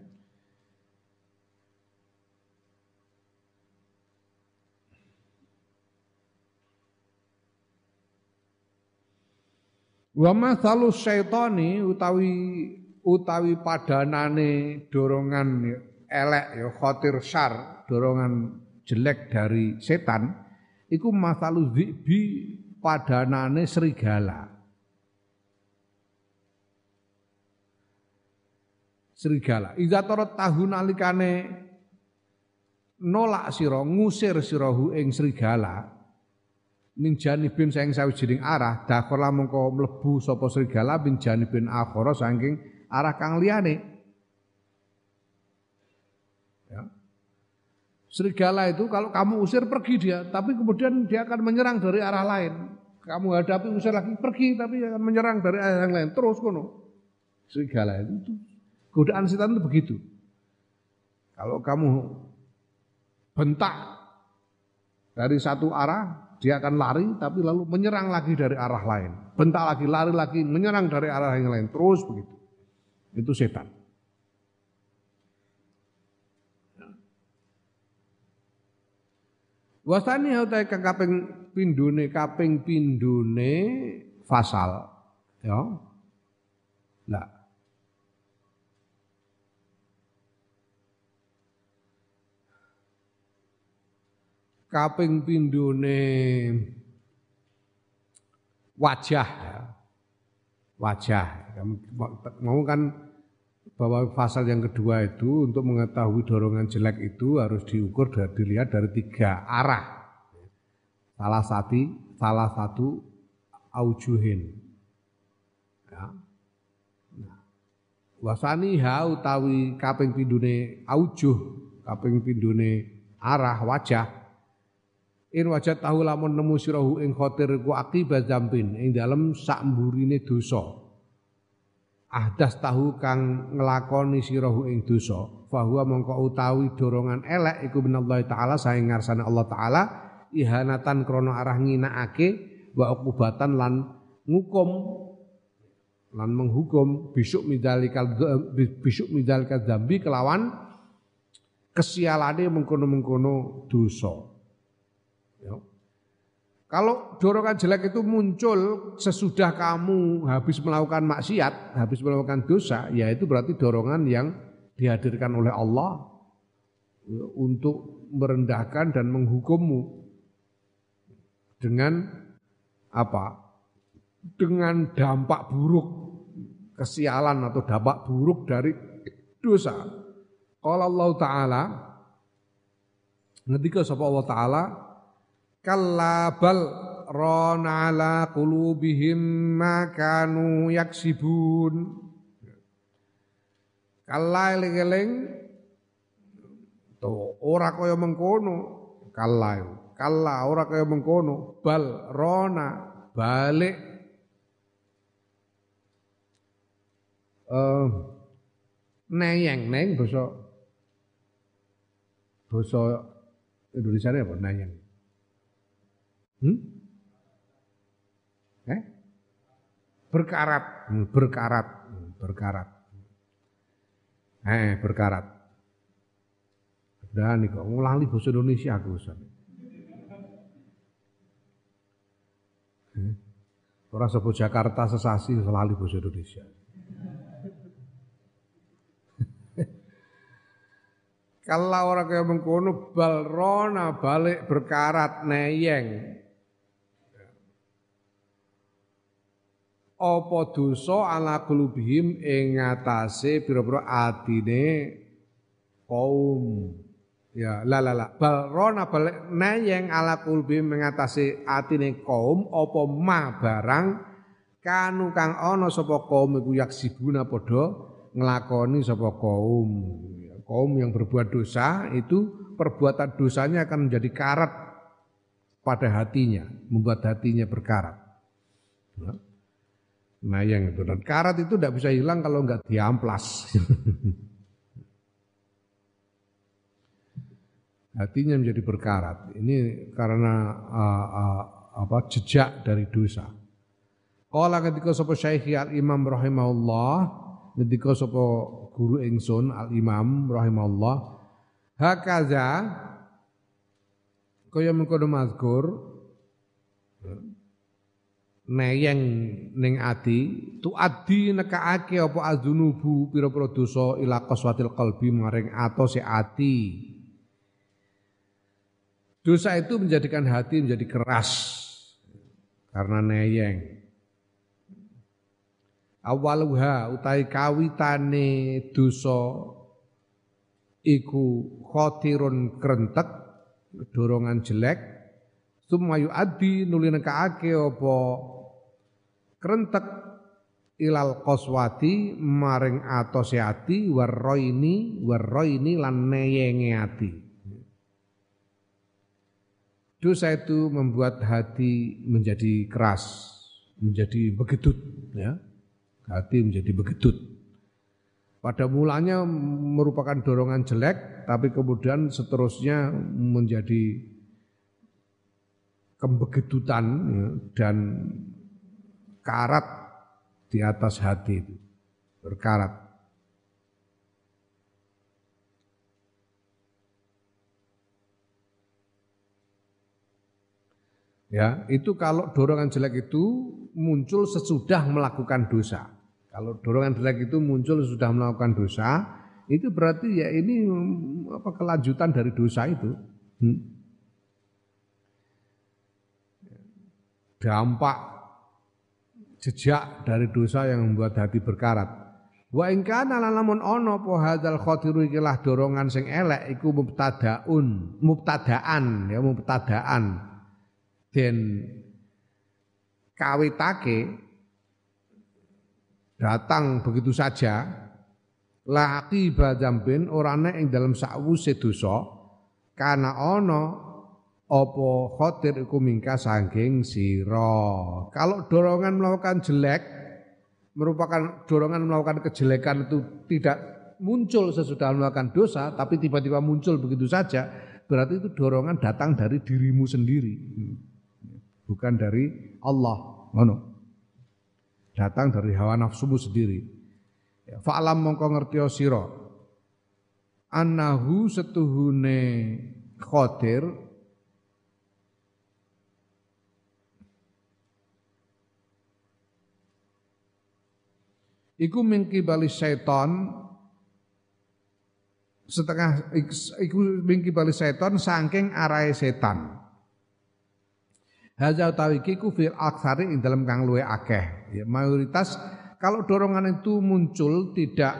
wa mathalus syaitani utawi utawi padanane dorongan elek ya khatir syar, dorongan jelek dari setan iku mathaluz zibi padanane serigala. Serigala iza tarat tahun alikane nolak sira ngusir sirahu ing serigala min janibin saing sawijining arah dakhala mengko mlebu sapa serigala min janibin akhara saking arah kang liyane. Ya. Serigala itu kalau kamu usir pergi dia, tapi kemudian dia akan menyerang dari arah lain. Kamu hadapi usir lagi pergi, tapi akan menyerang dari arah yang lain terus kono. Serigala itu, itu godaan setan itu begitu. Kalau kamu bentak dari satu arah, dia akan lari tapi lalu menyerang lagi dari arah lain. Bentak lagi, lari lagi, menyerang dari arah yang lain. Terus begitu. Itu setan. Wasani utai kaping pindune kaping pindune fasal. Ya. Lah. Kaping pindune wajah ya. Wajah. Mau kan bahwa fasal yang kedua itu untuk mengetahui dorongan jelek itu harus diukur dan dilihat dari tiga arah. Salah satu salah satu aujuhin. Ya. Nah. Wasani ha utawi kaping pindune aujuh, kaping pindune arah wajah. In wajah tahu lamun nemu sirahu ing khotir ku akibat zampin ing dalem sak mburine dosa. Ahdas tahu kang nglakoni sirahu ing dosa, fahuwa mongko utawi dorongan elek iku minallahi taala saing ngarsane Allah taala ihanatan krana arah nginakake wa uqubatan lan ngukum lan menghukum bisuk midzalikal bisuk midzalikal dzambi kelawan kesialane mengkono-mengkono dosa. Ya. Kalau dorongan jelek itu muncul sesudah kamu habis melakukan maksiat, habis melakukan dosa, ya itu berarti dorongan yang dihadirkan oleh Allah untuk merendahkan dan menghukummu dengan apa? Dengan dampak buruk, kesialan atau dampak buruk dari dosa. Qala Allah Ta'ala, ngendika sapa Allah Ta'ala, kalla bal rana ala qulubihim ma kanu yaksibun. Kalla eling-eling to ora kaya mengkono, kalla kalla ora kaya mengkono, bal rona balik uh, neyeng neng basa basa Indonesia apa neyeng? Hmm? Eh? Berkarat, berkarat, berkarat. Eh, berkarat. Dan nih kok ngulali bahasa Indonesia aku Ustaz. Eh? Orang sebut Jakarta sesasi selali bahasa Indonesia. Kalau orang kaya mengkono balrona balik berkarat neyeng. Apa dosa ala qulubihim ing ngatasé pira-pira atine kaum. Ya, la la la. Balrona balik neyeng ala qulubihim ing ngatasé atine kaum apa ma barang kanu kang ana sapa kaum iku yaksibuna padha nglakoni sapa kaum. Kaum yang berbuat dosa itu perbuatan dosanya akan menjadi karat pada hatinya, membuat hatinya berkarat. Nah yang itu, dan karat itu tidak bisa hilang kalau nggak diamplas. Hatinya menjadi berkarat. Ini karena uh, uh, apa jejak dari dosa. Qala ketika sapa Syekh Al Imam rahimahullah, ketika sapa guru ingsun Al Imam rahimahullah, hakaza kaya mengkono mazkur neyeng ning ati tu adi nekaake apa azunubu pira-pira dosa ila qaswatil qalbi maring atose ati. Dosa itu menjadikan hati menjadi keras karena neyeng. Awaluha utai kawitane dosa iku khotirun krentek dorongan jelek sumayu adi nuli nekaake apa krentek ilal qaswati maring atose ati warroini warroini lan neyenge ati. Dosa itu membuat hati menjadi keras, menjadi begedut, ya. Hati menjadi begedut. Pada mulanya merupakan dorongan jelek, tapi kemudian seterusnya menjadi kebegedutan ya, dan karat di atas hati itu, berkarat. Ya, itu kalau dorongan jelek itu muncul sesudah melakukan dosa. Kalau dorongan jelek itu muncul sesudah melakukan dosa, itu berarti ya ini apa kelanjutan dari dosa itu. Hmm. Dampak jejak dari dosa yang membuat hati berkarat. Wa in kana lamun ana apa hadzal khatiru ikilah dorongan sing elek iku mubtadaun, mubtadaan ya mubtadaan. Den kawitake datang begitu saja laki badzambin orane ing dalam sakwuse dosa kana ana apa khatir iku mingka saking sira. Kalau dorongan melakukan jelek merupakan dorongan melakukan kejelekan itu tidak muncul sesudah melakukan dosa tapi tiba-tiba muncul begitu saja, berarti itu dorongan datang dari dirimu sendiri. Bukan dari Allah, ngono. Datang dari hawa nafsumu sendiri. Ya, fa'lam mongko ngertiya sira annahu setuhune khatir iku mingki bali setan setengah iku mingki bali setan saking arahe setan. Haza utawi iku fil aksari ing dalam kang luwe akeh. Ya, mayoritas kalau dorongan itu muncul tidak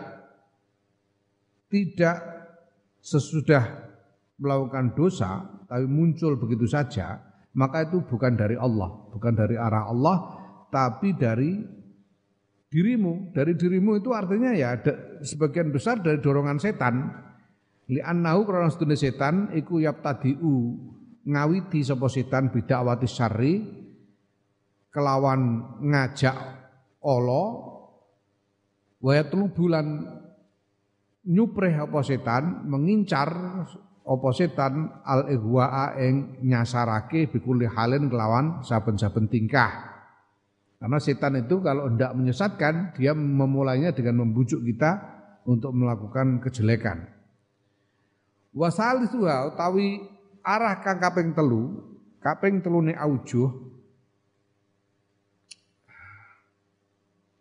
tidak sesudah melakukan dosa, tapi muncul begitu saja, maka itu bukan dari Allah, bukan dari arah Allah, tapi dari dirimu. Dari dirimu itu artinya ya ada, sebagian besar dari dorongan setan. Li'annahu karena sedune setan iku yaptadi'u ngawiti sapa setan bidakwati syarri kelawan ngajak Allah wa yatlubulan nyupreh apa setan mengincar apa setan al ihwa'a ing nyasarake bikuli halin kelawan saben-saben tingkah. Karena setan itu kalau hendak menyesatkan dia memulainya dengan membujuk kita untuk melakukan kejelekan. Wasalisuha utawi arah kang kaping telu, kaping telune aujuh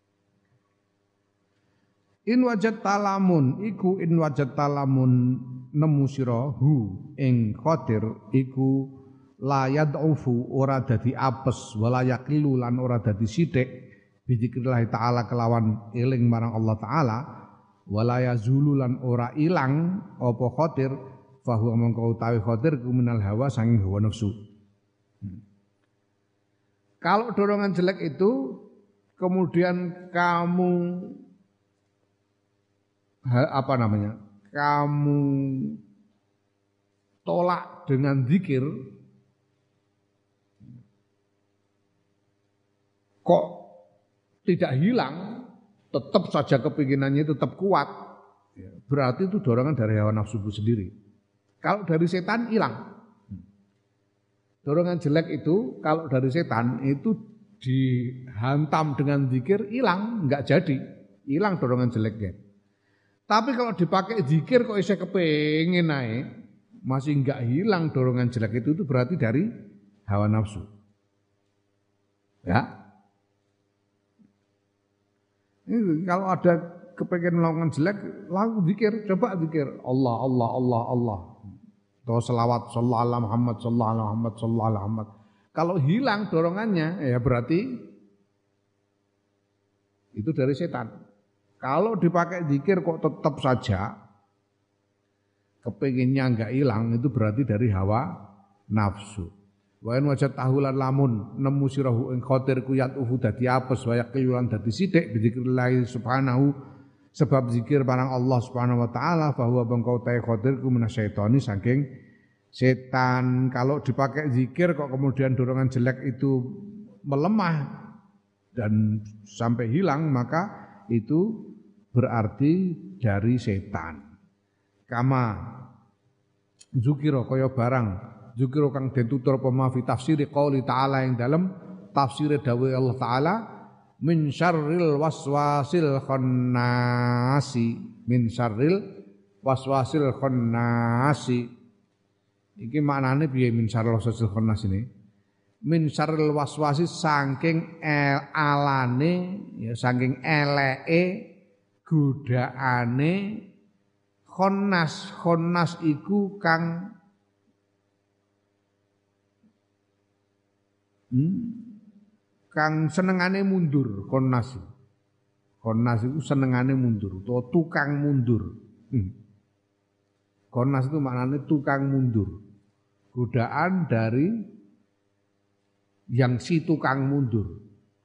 in wajad talamun iku in wajad talamun nemu sira hu ing khadir iku la yad'ufu ora dadi apes wala yaqilu lan ora dadi sithik bizikrillah taala kelawan eling marang Allah taala wala yazulu lan ora ilang apa khadir fahuwa mongko utawi khadir kuminal hawa sanging hawa nafsu. Hmm. Kalau dorongan jelek itu kemudian kamu apa namanya? Kamu tolak dengan zikir, kok tidak hilang, tetap saja kepinginannya tetap kuat, berarti itu dorongan dari hawa nafsu sendiri. Kalau dari setan hilang. Dorongan jelek itu kalau dari setan itu dihantam dengan zikir hilang, enggak jadi, hilang dorongan jeleknya. Tapi kalau dipakai zikir kok isih kepengin naik, masih enggak hilang dorongan jelek itu, itu berarti dari hawa nafsu. Ya. Ini kalau ada kepengen melakukan jelek, lalu zikir, coba zikir Allah, Allah, Allah, Allah. Atau selawat sallallahu alaihi Muhammad, sallallahu alaihi Muhammad, sallallahu alaihi Muhammad. Kalau hilang dorongannya, ya berarti itu dari setan. Kalau dipakai zikir kok tetap saja kepenginnya enggak hilang, itu berarti dari hawa nafsu. Wa in wajad tahulan lamun nemu sirahu ing khatir ku yatuhu dadi apes wa yaqilan dadi sithik bi zikrillah subhanahu sebab zikir barang Allah subhanahu wa taala bahwa bangkau ta khatir ku minasyaitani saking setan. Kalau dipakai zikir kok kemudian dorongan jelek itu melemah dan sampai hilang, maka itu berarti dari setan. Kama zukira kaya barang zikir kang den tutur apa ma fi tafsiri qauli ta'ala yang dalam tafsir dawuh Allah taala min syarril waswasil khannasi min syarril waswasil khannasi iki maknane piye min syarril waswasil khannas ini min syarril waswasi saking el alane ya saking eleke godaane khannas khannas iku kang Hmm. Kang senengane mundur, konnas. Konnas itu senengane mundur, atau tukang mundur. Hmm. Konnas itu maknanya tukang mundur. Godaan dari yang si tukang mundur.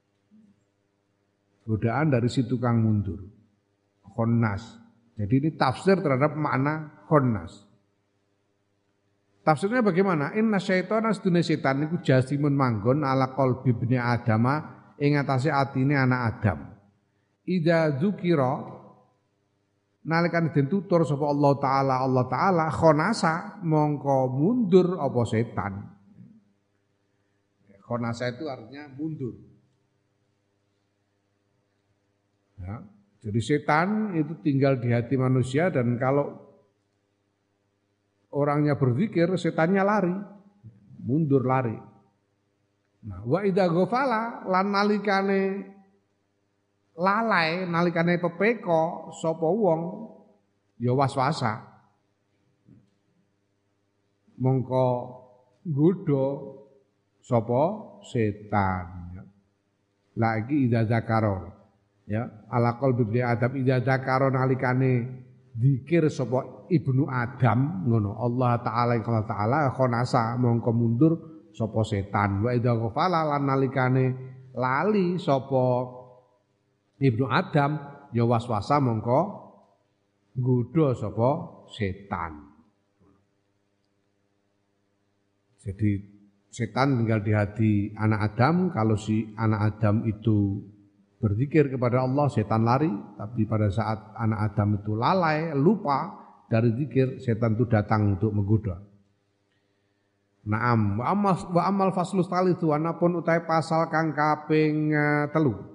Godaan dari si tukang mundur. Konnas. Jadi ini tafsir terhadap makna konnas. Tafsirnya bagaimana? Inna syaitana sedune setan niku jasimun manggon ala qalbi ibni adama ing atase atine anak Adam. Idza dzukira nalikan den tutur sapa Allah taala Allah taala khonasa mongko mundur apa setan. Khonasa itu artinya mundur. Ya, jadi setan itu tinggal di hati manusia dan kalau orangnya berzikir, setannya lari, mundur lari. Nah, wa idza ghafala lan nalikane lalai, nalikane pepeko sapa wong ya waswasa. Mongko nggodha sapa setan. Lagi idza zakaro ya, ala qalbi bi adab idza zakaro nalikane zikir sapa ibnu Adam ngono Allah taala Allah taala khonasa mongko mundur sapa setan wa idza ghafala lan nalikane lali sapa ibnu Adam ya waswasa mongko nggodha sapa setan. Jadi setan tinggal di hati anak Adam. Kalau si anak Adam itu berzikir kepada Allah, setan lari. Tapi pada saat anak Adam itu lalai, lupa dari zikir, setan itu datang untuk menggoda. Naam, wa amal, wa amal faslus talithu anapun utai pasal kang kaping uh, telu.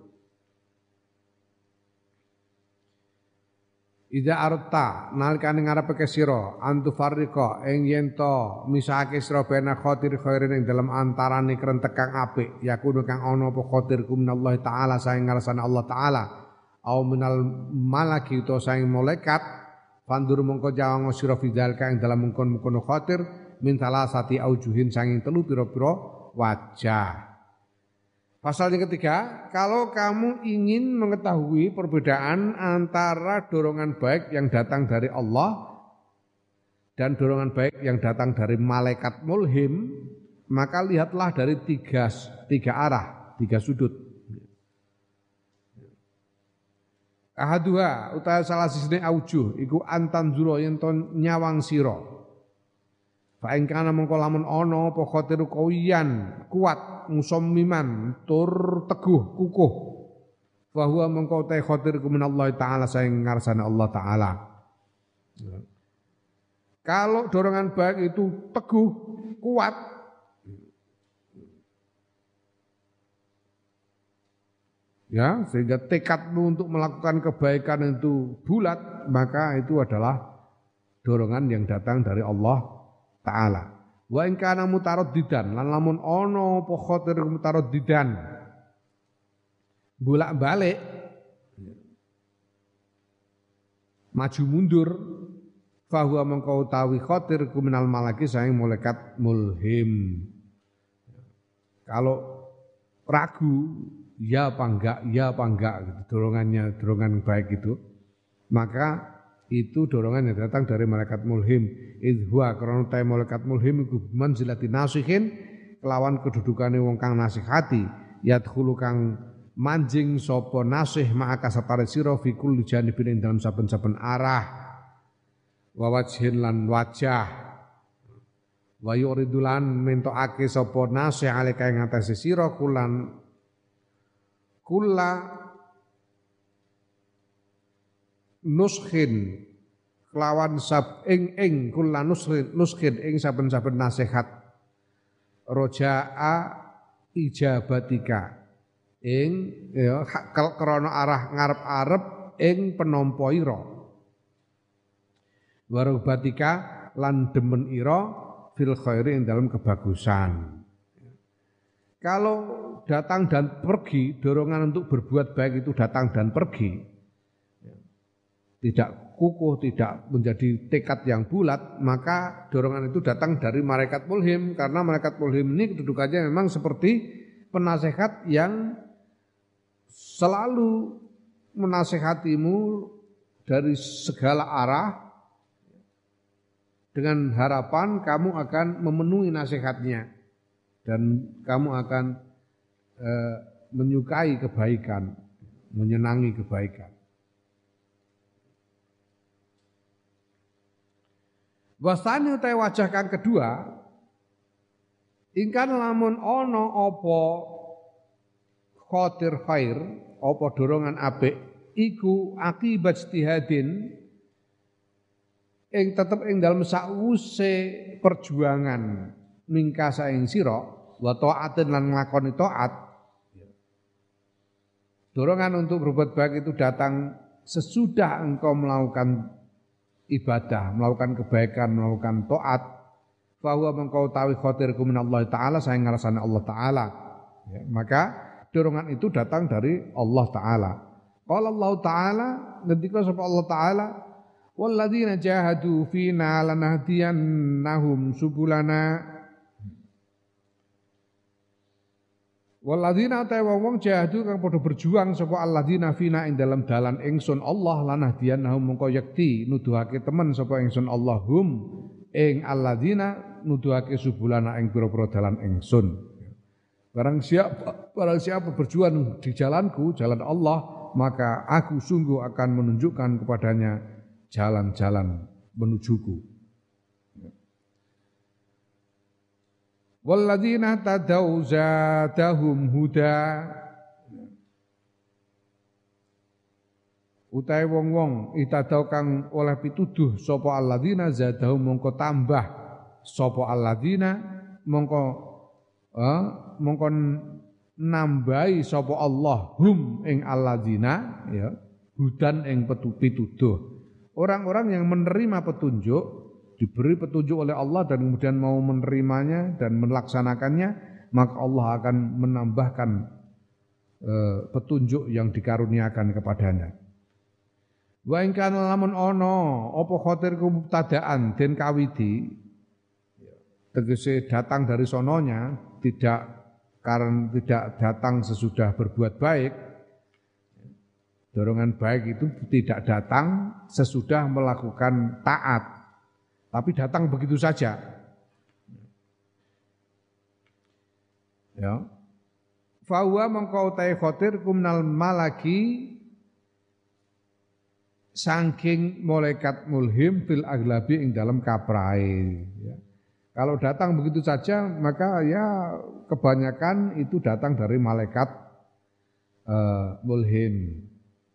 Ida arta nalikane ngarepake sira antu farriqa ing yen to misahake sira bena khatir khairin ing dalam antarane krentek kang apik yakunu kang ana apa khatir kuminallahi taala saing ngarsane Allah taala au minal malaki utawa saing malaikat Fandur mongko jawang sira fidal kang dalam mengkon-mengkon khatir min salasati aujuhin sanging telu pira-pira wajah. Pasal yang ketiga, kalau kamu ingin mengetahui perbedaan antara dorongan baik yang datang dari Allah dan dorongan baik yang datang dari malaikat mulhim, maka lihatlah dari tiga, tiga arah, tiga sudut. Ahaduha utawa salah sisine aujuh iku antan zuro yen ton nyawang sira. Fa ing kana mengko lamun ana apa khatiru qawiyan kuat musammiman tur teguh kukuh. Fa huwa mengko ta khatir minallahi taala saing ngarsane Allah taala. Kalau dorongan baik itu teguh, kuat, ya, sehingga tekadmu untuk melakukan kebaikan itu bulat, maka itu adalah dorongan yang datang dari Allah Ta'ala. Wa in kana mutaraddidan lan lamun ana apa khatir mutaraddidan bolak-balik maju mundur fahuwa mengkau tawi khatir kuminal malaki saing malaikat mulhim. Kalau ragu ya apa enggak, ya apa enggak gitu, dorongannya dorongan baik itu, maka itu dorongan yang datang dari malaikat mulhim. Idhwa karena ta malaikat mulhim iku manzilati nasihin kelawan kedudukane wong kang nasihati yadkhulu kang manjing sapa nasih ma'aka sapare sira fi kulli janibin ing dalam saben-saben arah wa wajhin lan wajah wa yuridulan mentokake sapa nasih alika ing atase sira kulan kula nuskhin kelawan sab ing ing kula nuskhin nuskhin ing saben-saben nasihat roja'a ijabatika ing ya krana arah ngarep-arep ing penampa ira warubatika lan demen ira fil khairi ing dalam kebagusan. Kalau datang dan pergi, dorongan untuk berbuat baik itu datang dan pergi, tidak kukuh, tidak menjadi tekad yang bulat, maka dorongan itu datang dari malaikat mulhim, karena malaikat mulhim ini kedudukannya memang seperti penasehat yang selalu menasehatimu dari segala arah dengan harapan kamu akan memenuhi nasihatnya dan kamu akan e, menyukai kebaikan, menyenangi kebaikan. Wasani utai wajah kang kedua, ingkan lamun ono opo khatir khair, opo dorongan apik, iku akibat ijtihadin, ing tetep ing dalem sakwuse perjuangan mingkasa ing sira wa taatin lan nglakoni taat. Dorongan untuk berbuat baik itu datang sesudah engkau melakukan ibadah, melakukan kebaikan, melakukan taat. Fa huwa mengkau tawi khatirku minallahi taala saing ngarsane Allah taala. Ya, maka dorongan itu datang dari Allah taala. Qala Allah taala, ngendika sapa Allah taala, walladzina jahadu fina lanahdiyannahum subulana. Walladzina ta wong jahadu kang padha berjuang sapa alladzina fina ing dalam dalan ingsun Allah lanahdiyannahum mongko yekti nuduhake temen sapa ingsun Allahum ing alladzina nuduhake subulana ing pira-pira dalan ingsun. Barang siapa barang siapa berjuang di jalanku, jalan Allah, maka aku sungguh akan menunjukkan kepadanya jalan-jalan menujuku. Walladzina tadaw zadahum huda, utai wong-wong itadaw kang oleh pituduh sapa alladzina zadahum mongko tambah sapa alladzina mongko eh, mongko nambahi sapa Allah hum ing alladzina ya hudan ing pituduh. Orang-orang yang menerima petunjuk, diberi petunjuk oleh Allah dan kemudian mau menerimanya dan melaksanakannya, maka Allah akan menambahkan e, petunjuk yang dikaruniakan kepadanya. Wa in kana lamun ana apa khatir ku mubtadaan den kawidi tegese datang dari sononya tidak karena tidak datang sesudah berbuat baik. Dorongan baik itu tidak datang sesudah melakukan taat, tapi datang begitu saja. Ya. Fahuwa mengkau tai khotir kumnal malaki saking malaikat mulhim fil aglabi ing dalam kaprai. Ya. Kalau datang begitu saja maka ya kebanyakan itu datang dari malaikat uh, mulhim.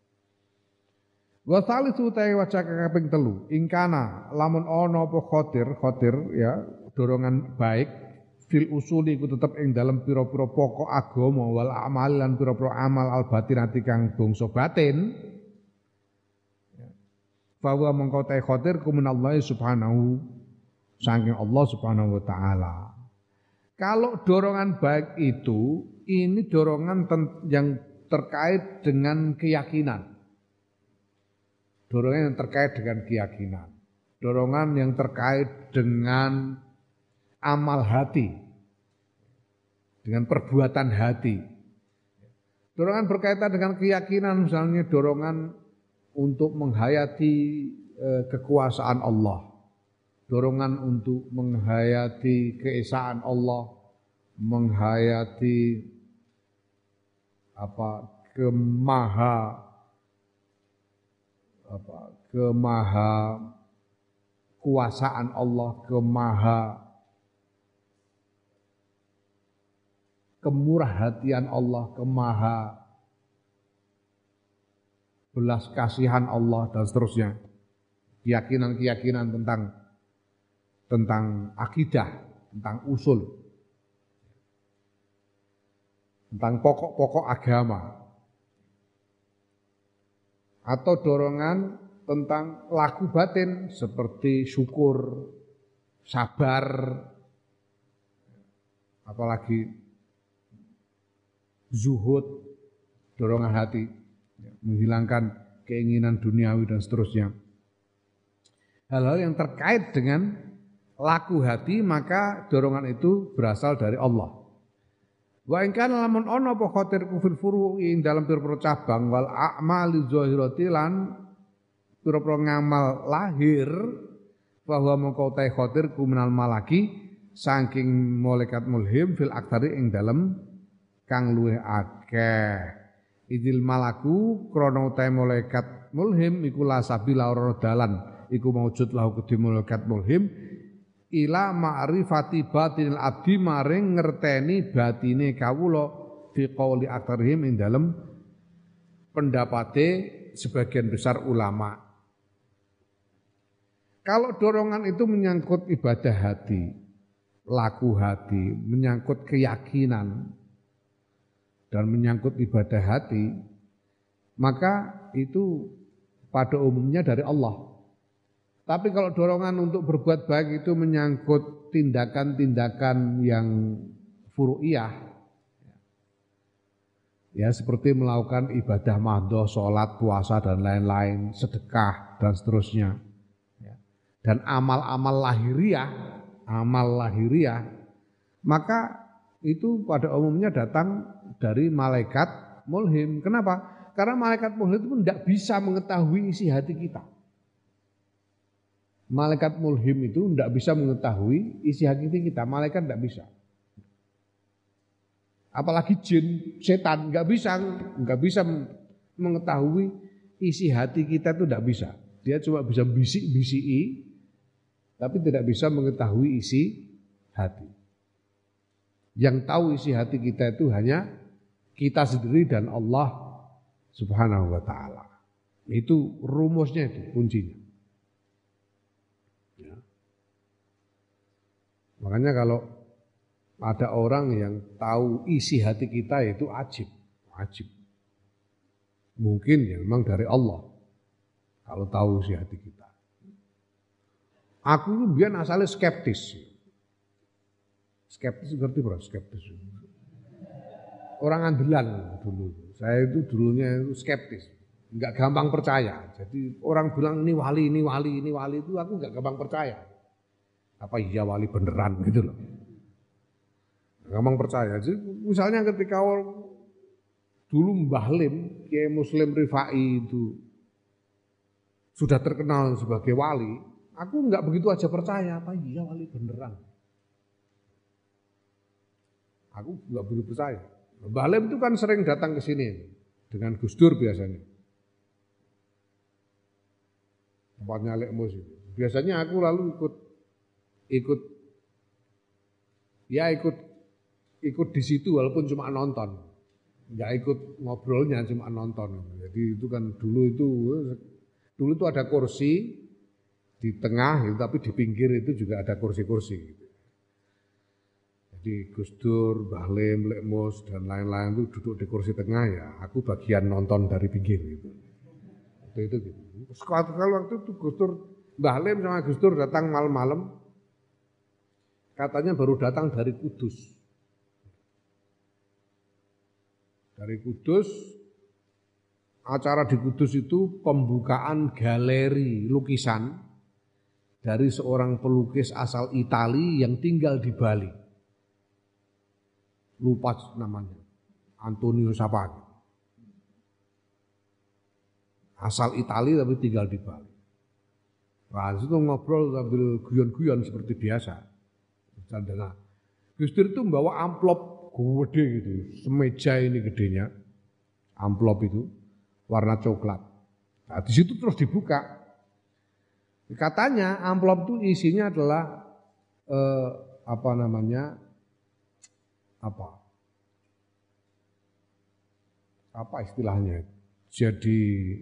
Wa salisu ta'i waca kaping telu ingkana lamun ana apa khotir khotir ya dorongan baik fil usuli iku tetep ing dalem pira-pira pokok agama wal amal lan pira-pira amal al batinati kang bangsa batin bahwa mengko ta'i khotir kuminallahi subhanahu saking Allah subhanahu wa ta'ala. Kalau dorongan baik itu ini dorongan yang terkait dengan keyakinan. Dorongan yang terkait dengan keyakinan, dorongan yang terkait dengan amal hati, dengan perbuatan hati. Dorongan berkaitan dengan keyakinan, misalnya dorongan untuk menghayati eh, kekuasaan Allah, dorongan untuk menghayati keesaan Allah, menghayati apa kemaha apa kemaha kuasaan Allah, kemaha kemurahhatian Allah, kemaha belas kasihan Allah dan seterusnya. Keyakinan-keyakinan tentang tentang akidah, tentang usul, tentang pokok-pokok agama. Atau dorongan tentang laku batin seperti syukur, sabar, apalagi zuhud, dorongan hati, menghilangkan keinginan duniawi dan seterusnya. Hal-hal yang terkait dengan laku hati maka dorongan itu berasal dari Allah. Wa in kana lamun ana apa khatir kufur furu'i ing dalam pira-pira cabang wal a'mali zahirati lan pira-pira ngamal lahir bahwa mengko ta khatir kuminal malaki saking malaikat mulhim fil aktsari ing dalam kang luwih akeh. Idil malaku krana ta malaikat mulhim iku la sabila ora dalan iku maujud lahu kedhe malaikat mulhim ila ma'rifati batinil abdi maring ngerteni batine kawula fi qauli aktsarihim ing dalem pendapate sebagian besar ulama. Kalau dorongan itu menyangkut ibadah hati, laku hati, menyangkut keyakinan dan menyangkut ibadah hati, maka itu pada umumnya dari Allah. Tapi kalau dorongan untuk berbuat baik itu menyangkut tindakan-tindakan yang furu'iyah, ya seperti melakukan ibadah mahdhah, sholat, puasa dan lain-lain, sedekah dan seterusnya, dan amal-amal lahiriah, amal lahiriah, maka itu pada umumnya datang dari malaikat mulhim. Kenapa? Karena malaikat mulhim itu tidak bisa mengetahui isi hati kita. Malaikat mulhim itu tidak bisa mengetahui isi hati kita. Malaikat tidak bisa. Apalagi jin, setan nggak bisa, nggak bisa mengetahui isi hati kita itu tidak bisa. Dia cuma bisa bisik-bisiki, tapi tidak bisa mengetahui isi hati. Yang tahu isi hati kita itu hanya kita sendiri dan Allah Subhanahu wa ta'ala. Itu rumusnya, itu kuncinya. Ya. Makanya kalau ada orang yang tahu isi hati kita itu ajib, ajib. Mungkin ya memang dari Allah kalau tahu isi hati kita. Aku itu biar asalnya skeptis. Skeptis ngerti bro, skeptis. Orang andelan dulu. Saya itu dulunya itu skeptis. enggak gampang percaya. Jadi orang bilang ini wali, ini wali, ini wali itu aku enggak gampang percaya. Apa iya wali beneran gitu loh. Gampang percaya. Jadi misalnya ketika orang dulu Mbah Lim, Kiai Muslim Rifai itu sudah terkenal sebagai wali, aku enggak begitu aja percaya, apa iya wali beneran. Aku enggak begitu percaya. Mbah Lim itu kan sering datang ke sini dengan Gus Dur biasanya. Tempatnya Lek Mus itu. Biasanya aku lalu ikut ikut ya ikut ikut di situ walaupun cuma nonton. Enggak ikut ngobrolnya, cuma nonton. Jadi itu kan dulu itu dulu itu ada kursi di tengah gitu, tapi di pinggir itu juga ada kursi-kursi gitu. Jadi Gus Dur, Mbah Lim, Lek Mus dan lain-lain itu duduk di kursi tengah ya, aku bagian nonton dari pinggir gitu. Itu itu gitu. Sekali waktu itu Gus Dur, Mbah Lim sama Gus Dur datang malam-malam, katanya baru datang dari Kudus. Dari Kudus, acara di Kudus itu pembukaan galeri lukisan dari seorang pelukis asal Italia yang tinggal di Bali. Lupa namanya, Antonio siapa? Asal Italia tapi tinggal di Bali. Nah, itu ngobrol sambil guyon-guyon seperti biasa. Candana. Gus Dur itu membawa amplop gede gitu, semeja ini gedenya, amplop itu warna coklat. Nah, di situ terus dibuka. Katanya amplop itu isinya adalah eh, apa namanya? Apa? Apa istilahnya? Jadi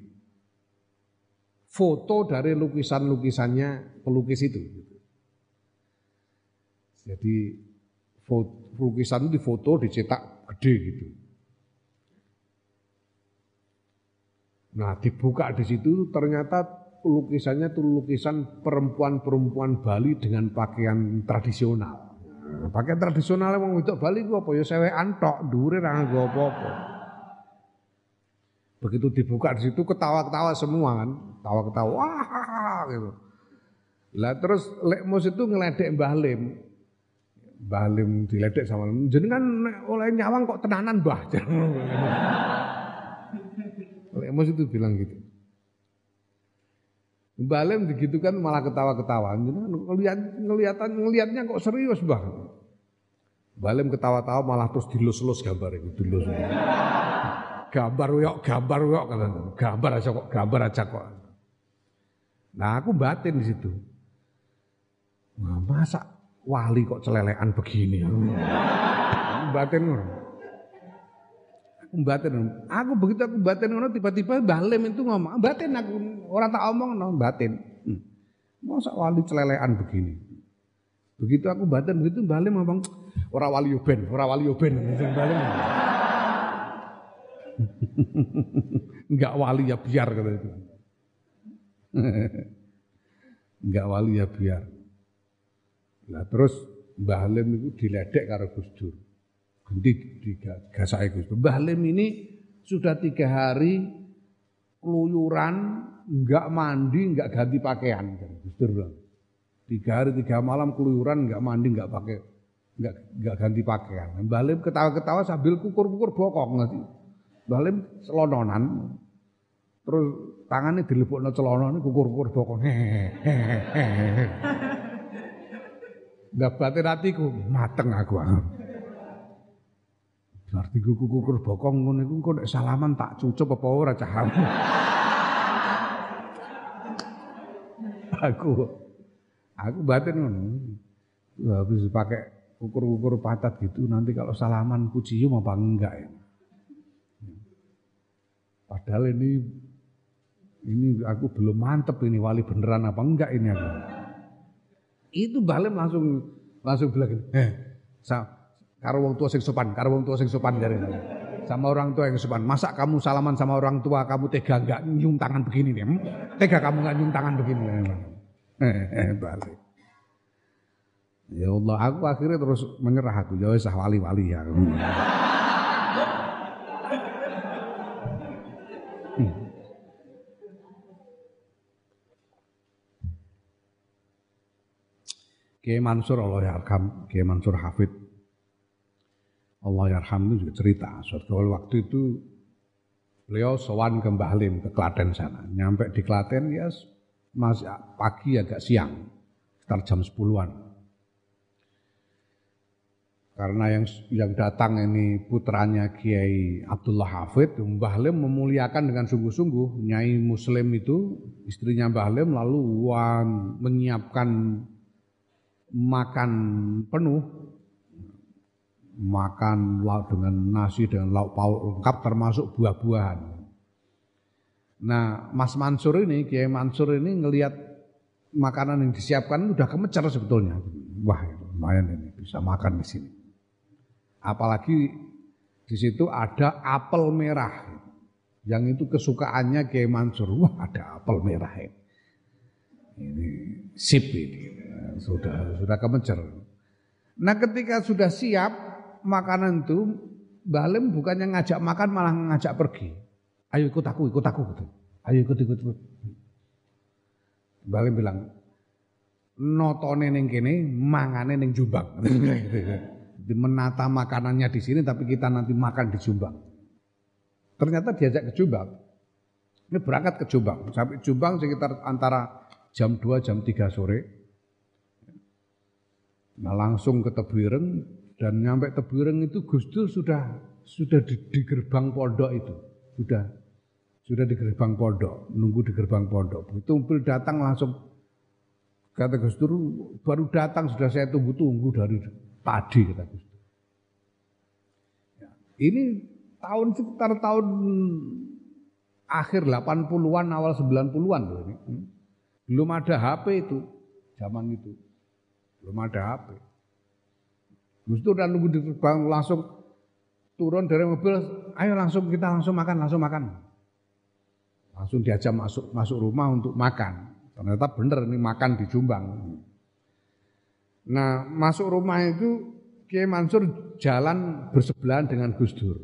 foto dari lukisan-lukisannya pelukis itu. Jadi foto, lukisan itu difoto, dicetak gede gitu. Nah, dibuka di situ ternyata lukisannya itu lukisan perempuan-perempuan Bali dengan pakaian tradisional. Nah, pakaian tradisional wong wedok Bali ku apa ya sewekan tok, dhuwure ra nganggo apa-apa. Begitu dibuka di situ ketawa-ketawa semua kan, ketawa-ketawa wah gitu. Lah terus Lek Mus itu ngeledek Mbah Lim. Mbah Lim diledek sama Lim. Jenengan oleh nyawang kok tenanan, Mbah. Lek Mus itu bilang gitu. Mbah Lim begitu kan malah ketawa-ketawa. Ngelihat ngeliatan ngelihatnya kok serius, Mbah. Mbah Lim ketawa-tawa malah terus dilus-lus gambar itu, dilus. Gambar yok, gambar yok kan. Gambar aja kok, gambar aja kok. Nah, aku batin di situ. Nah, masa wali kok celelekan begini? Aku batin ngono. Aku batin. Aku begitu aku batin ngono tiba-tiba Mbah Lim itu ngomong, batin aku ora tak omong no, batin. Hmm. Masa wali celelekan begini? Begitu aku batin begitu Mbah Lim ngomong, ora wali yo ben, ora wali yo ben. Mbah Lim. Enggak wali ya biar kata itu. Enggak wali ya biar. Nah terus Mbah Lim itu diledek karo Gus Dur. Ganti digasake Gus Dur. Mbah Lim ini sudah tiga hari keluyuran, enggak mandi, enggak ganti pakaian. Gus Dur bilang. Tiga hari tiga malam keluyuran, enggak mandi, enggak pakai, enggak enggak ganti pakaian. Mbah Lim ketawa-ketawa sambil kukur-kukur bokong nanti. Mbah Lim celononan, terus tangannya dilebokno celana kukur-kukur bokong. Nggak batin hatiku, mateng aku. Berarti gue kukur bokong ngono iku engko nek salaman tak cucup apa ora caham. aku aku batin ngono. Habis pakai kukur-kukur patat gitu nanti kalau salaman ku cium apa enggak ya. Padahal ini ini aku belum mantep ini wali beneran apa enggak ini aku. Itu Mbah Lim langsung langsung bilang, "Eh, karo wong tua sing sopan, karo wong tua sing sopan jare. Sama orang tua yang sopan. Masa kamu salaman sama orang tua kamu tega enggak nyium tangan begini nih? Tega kamu enggak nyium tangan begini?" Eh, balik. Ya Allah, aku akhirnya terus menyerah aku. Ya wis wali-wali ya. Kiai Mansur Allah yarham, Kiai Mansur Hafid Allah yarham itu juga cerita suatu waktu itu beliau sowan ke Mbah Lim ke Klaten sana. Nyampe di Klaten ya masih pagi agak siang, sekitar jam sepuluhan. Karena yang yang datang ini putranya Kiai Abdullah Hafid, Mbah Lim memuliakan dengan sungguh-sungguh. Nyai Muslim itu istrinya Mbah Lim lalu wan, menyiapkan makan penuh, makan lauk dengan nasi dengan lauk pauk lengkap termasuk buah-buahan. Nah, Mas Mansur ini, Kiai Mansur ini ngelihat makanan yang disiapkan udah kemecer sebetulnya. Wah, lumayan ini bisa makan di sini. Apalagi di situ ada apel merah, yang itu kesukaannya Kiai Mansur. Wah, ada apel merah ini. Ini sip ini. Sudah sudah kemecer. Nah, ketika sudah siap makanan itu, Mbah Lim bukannya ngajak makan malah ngajak pergi. Ayo ikut aku, ikut aku gitu. Ayo ikut ikut ikut. Mbah Lim bilang, notone ning kene, mangane ning Jombang. Menata makanannya di sini tapi kita nanti makan di Jombang. Ternyata diajak ke Jombang. Ini berangkat ke Jombang. Sampai Jombang sekitar antara jam dua jam tiga sore. Nah, langsung ke Tebuireng dan nyampe Tebuireng itu Gus Dur sudah sudah di, di gerbang pondok itu. Sudah sudah di gerbang pondok, nunggu di gerbang pondok. Begitu mobil datang langsung kata Gus Dur, baru datang sudah saya tunggu-tunggu dari tadi kata Gus Dur. Ya, ini tahun sekitar tahun akhir delapan puluhan awal sembilan puluhan loh ini. Belum ada H P itu zaman itu. Belum ada H P. Gus Dur dan nunggu di gerbang langsung turun dari mobil, ayo langsung kita langsung makan, langsung makan. Langsung diajak masuk masuk rumah untuk makan. Ternyata benar ini makan di Jombang. Nah, masuk rumah itu Kiai Mansur jalan bersebelahan dengan Gus Dur.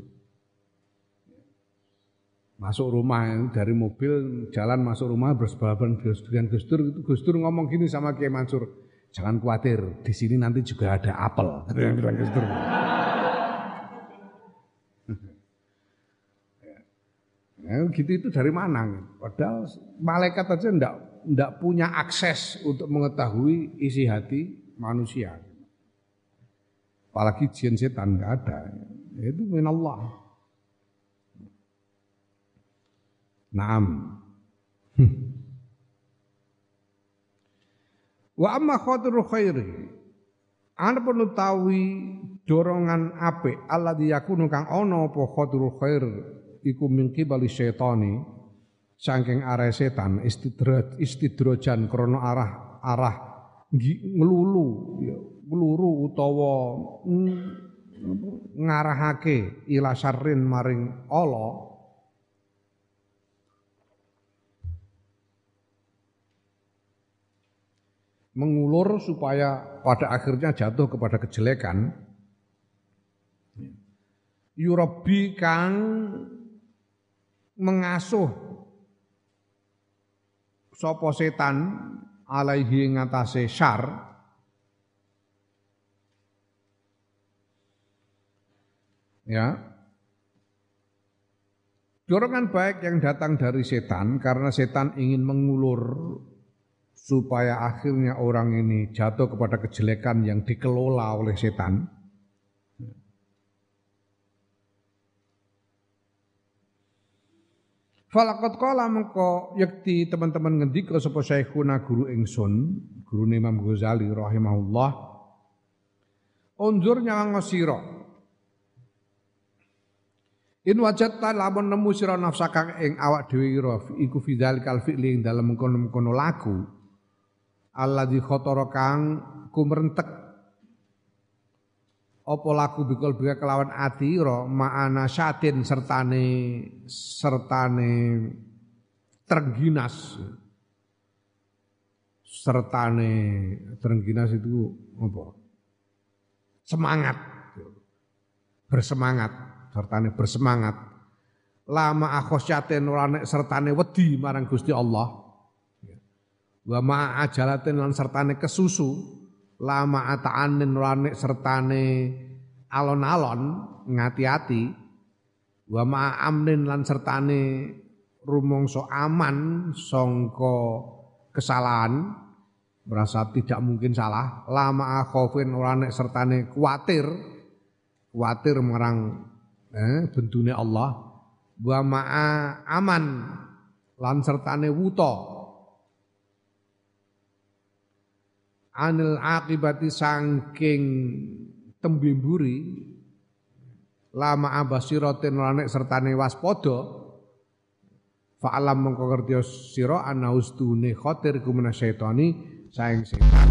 Masuk rumah dari mobil jalan masuk rumah bersebelahan dengan Gus Dur. Gus Dur ngomong gini sama Kiai Mansur, jangan khawatir, di sini nanti juga ada apel. Yang bilang Gus Dur. Nah, gitu itu dari mana? Padahal malaikat aja enggak enggak punya akses untuk mengetahui isi hati manusia. Apalagi jin setan enggak ada. Itu minallah. Naam. Wa amma khatirul khairi. Ana perlu tawi dorongan apik alladzi yakunu kang ana apa khatirul khair iku mingki bali setani saking arah setan istidroj istidrojan krana arah arah ngelulu ya ngeluru utawa ngarahake ila syarrin maring ala mengulur supaya pada akhirnya jatuh kepada kejelekan. Yurabi kang mengasuh sapa setan alaihi ngatasé syar ya. Dorongan baik yang datang dari setan karena setan ingin mengulur supaya akhirnya orang ini jatuh kepada kejelekan yang dikelola oleh setan. Falaqad qala mengko yakti teman-teman ngendika sapa Syekhuna guru ingsun, gurune Imam Ghazali rahimahullah. Unzur nyawang sira. In wajadta lamun nemu sira nafsaka ing awak dhewe ira iku fidzalikal fi'li ing dalem mengkono-mengkono laku. Alladzi khatara kang kumrentek apa laku bikul bika kelawan ati ira ma'ana syatin sertane sertane terengginas sertane terengginas itu apa semangat bersemangat sertane bersemangat lama akhosyatin ora nek sertane wedi marang Gusti Allah wa ma ajalatin lan sertane kesusu lama ata'anin lanek sertane alon-alon ngati-ati wa ma'amnin lan sertane rumangsa aman sangka kesalahan merasa tidak mungkin salah lama akhofin ora nek sertane kuatir kuatir marang eh, bendune Allah wa ma'a aman lan sertane wuta anil akibati saking tembe mburi lama abasiratin lan nek sertane waspada fa'alam mengko ngerti sira ana ustune khatir kumena syaitani saing setan.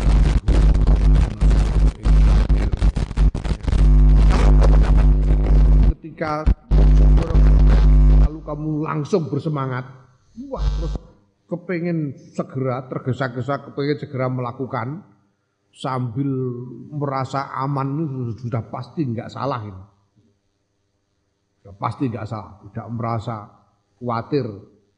Ketika lalu kamu langsung bersemangat, wah terus kepengen segera tergesa-gesa kepengen segera melakukan sambil merasa aman itu sudah pasti enggak salah ini. Sudah pasti enggak salah, tidak merasa khawatir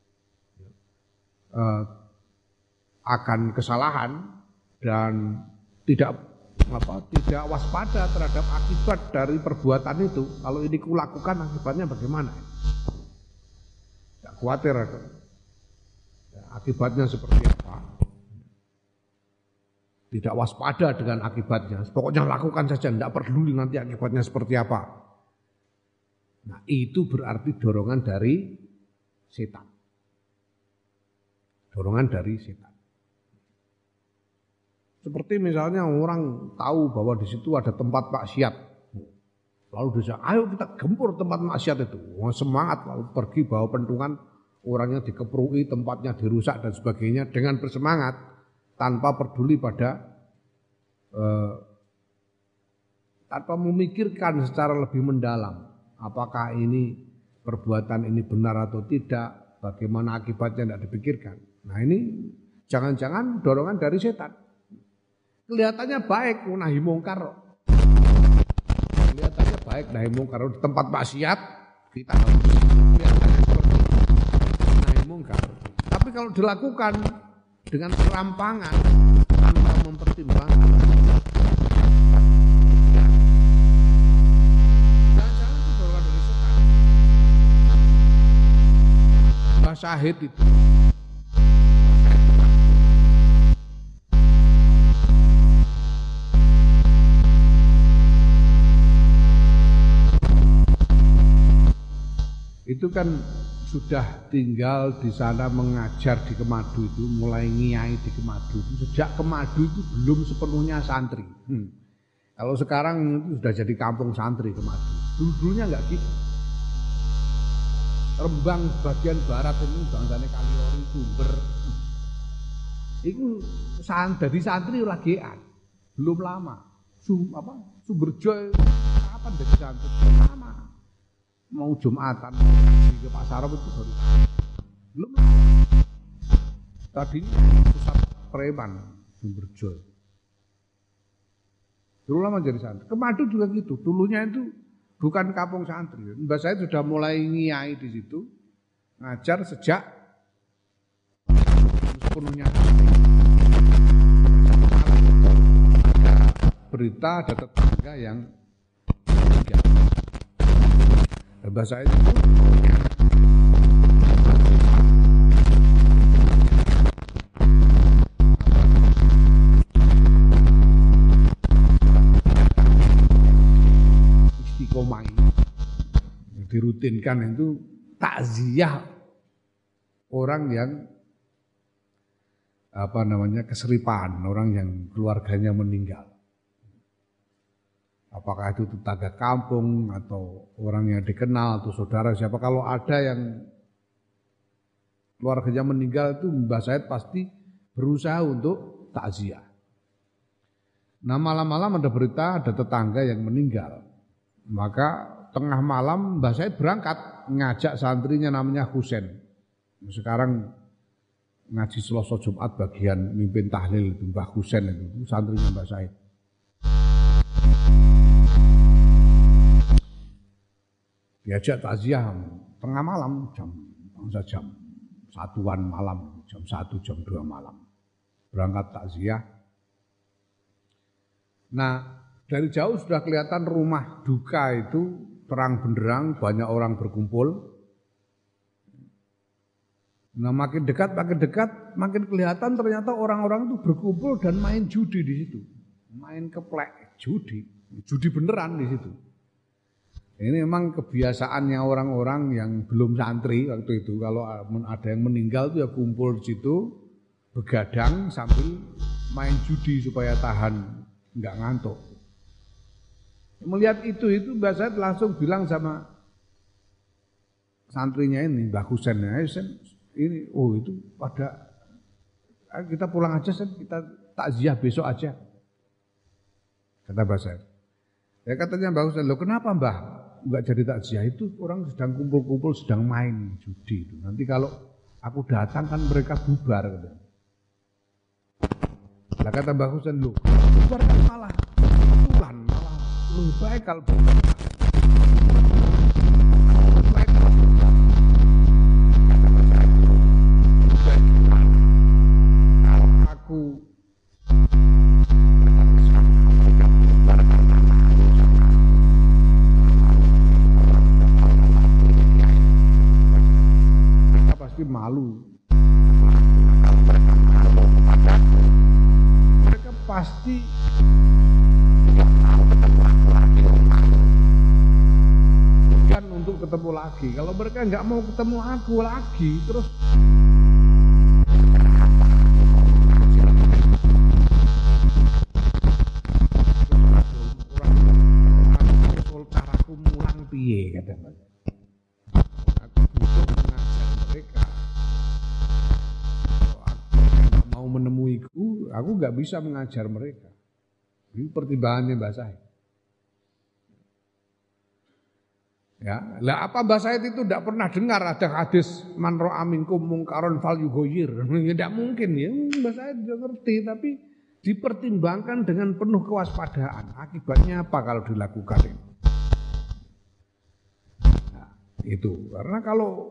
eh, akan kesalahan dan tidak apa tidak waspada terhadap akibat dari perbuatan itu. Kalau ini kulakukan akibatnya bagaimana? Tidak khawatir ya, akibatnya seperti apa? Tidak waspada dengan akibatnya. Pokoknya lakukan saja, tidak peduli nanti akibatnya seperti apa. Nah itu berarti dorongan dari setan. Dorongan dari setan. Seperti misalnya orang tahu bahwa di situ ada tempat maksiat. Lalu dia, ayo kita gempur tempat maksiat itu. Wah, semangat lalu pergi bawa pentungan, orangnya dikeprui, tempatnya dirusak dan sebagainya dengan bersemangat tanpa peduli pada eh, tanpa memikirkan secara lebih mendalam apakah ini perbuatan ini benar atau tidak, bagaimana akibatnya tidak dipikirkan. Nah ini jangan-jangan dorongan dari setan. Kelihatannya baik nahi mungkar. Kelihatannya baik nahi mungkar di tempat maksiat kita harus kelihatannya seperti nahi mungkar. Tapi kalau dilakukan dengan serampangan tanpa mempertimbangkan jangan-jangan itu dorongan dari setan. Mbah Syahid itu itu kan sudah tinggal di sana mengajar di Kemadu itu, mulai ngiyai di Kemadu. Sejak Kemadu itu belum sepenuhnya santri. Hmm. Kalau sekarang itu sudah jadi kampung santri Kemadu. Dulu-dulunya enggak gitu. Rembang bagian barat ini bangsane Kaliori, Sumber. Itu dari santri lagian. Belum lama. Sum, apa? Sumberjo kapan jadi santri? Belum lama. Mau Jumatan mau ngaji ke Pasar itu baru belum tadi pusat preman Sumberjo dulu lama jadi santri. Kemadu juga gitu, dulunya itu bukan kampung santri. Mbak saya sudah mulai ngiyai di situ ngajar sejak sepenuhnya ada berita ada tetangga yang meninggal. Bahasa itu istiqomah ini dirutinkan itu takziah orang yang apa namanya keseripan, orang yang keluarganya meninggal. Apakah itu tetangga kampung atau orang yang dikenal atau saudara siapa, kalau ada yang keluarganya meninggal itu Mbah Said pasti berusaha untuk takziah. Nah malam-malam ada berita ada tetangga yang meninggal. Maka tengah malam Mbah Said berangkat ngajak santrinya namanya Husain. Sekarang ngaji Selasa Jumat bagian mimpin tahlil itu Mbah Husain itu santrinya Mbah Said. Diajak takziah tengah malam jam bangsa jam satuan malam, jam satu, jam dua malam. Berangkat takziah Nah, dari jauh sudah kelihatan rumah duka itu terang benderang, banyak orang berkumpul. Nah, makin dekat, makin dekat, makin kelihatan ternyata orang-orang itu berkumpul dan main judi di situ. Main keplek, judi. Judi beneran di situ. Ini memang kebiasaannya orang-orang yang belum santri waktu itu. Kalau ada yang meninggal itu ya kumpul di situ, begadang sambil main judi supaya tahan, enggak ngantuk. Melihat itu, itu Mbah Said langsung bilang sama santrinya ini, Mbah Husen, ini, oh itu pada, kita pulang aja, kita takziah besok aja. Kata Mbah Said. Ya katanya Mbah Husen, loh kenapa Mbah? Enggak jadi takziah, itu orang sedang kumpul-kumpul, sedang main judi. Nanti kalau aku datang kan mereka bubar. Gitu. Lah kata Mbah Husen, loh bubar kan malah kebetulan, malah lebih baik kalau bubar. Aku mereka pasti malu. Mereka pasti bukan untuk ketemu lagi. Kalau mereka nggak mau ketemu aku lagi, terus piye kata Mbak. Aku butuh mengajar mereka. Kalau aku tidak mau menemuiku, aku nggak bisa mengajar mereka. Ini pertimbangannya Mbak Said. Ya, lah apa Mbak Said itu tidak pernah dengar ada hadis man ra'a minkum mungkaron fal yughayyir. Tidak mungkin ya, Mbak Said juga ngerti, tapi dipertimbangkan dengan penuh kewaspadaan. Akibatnya apa kalau dilakukan ini? Itu karena kalau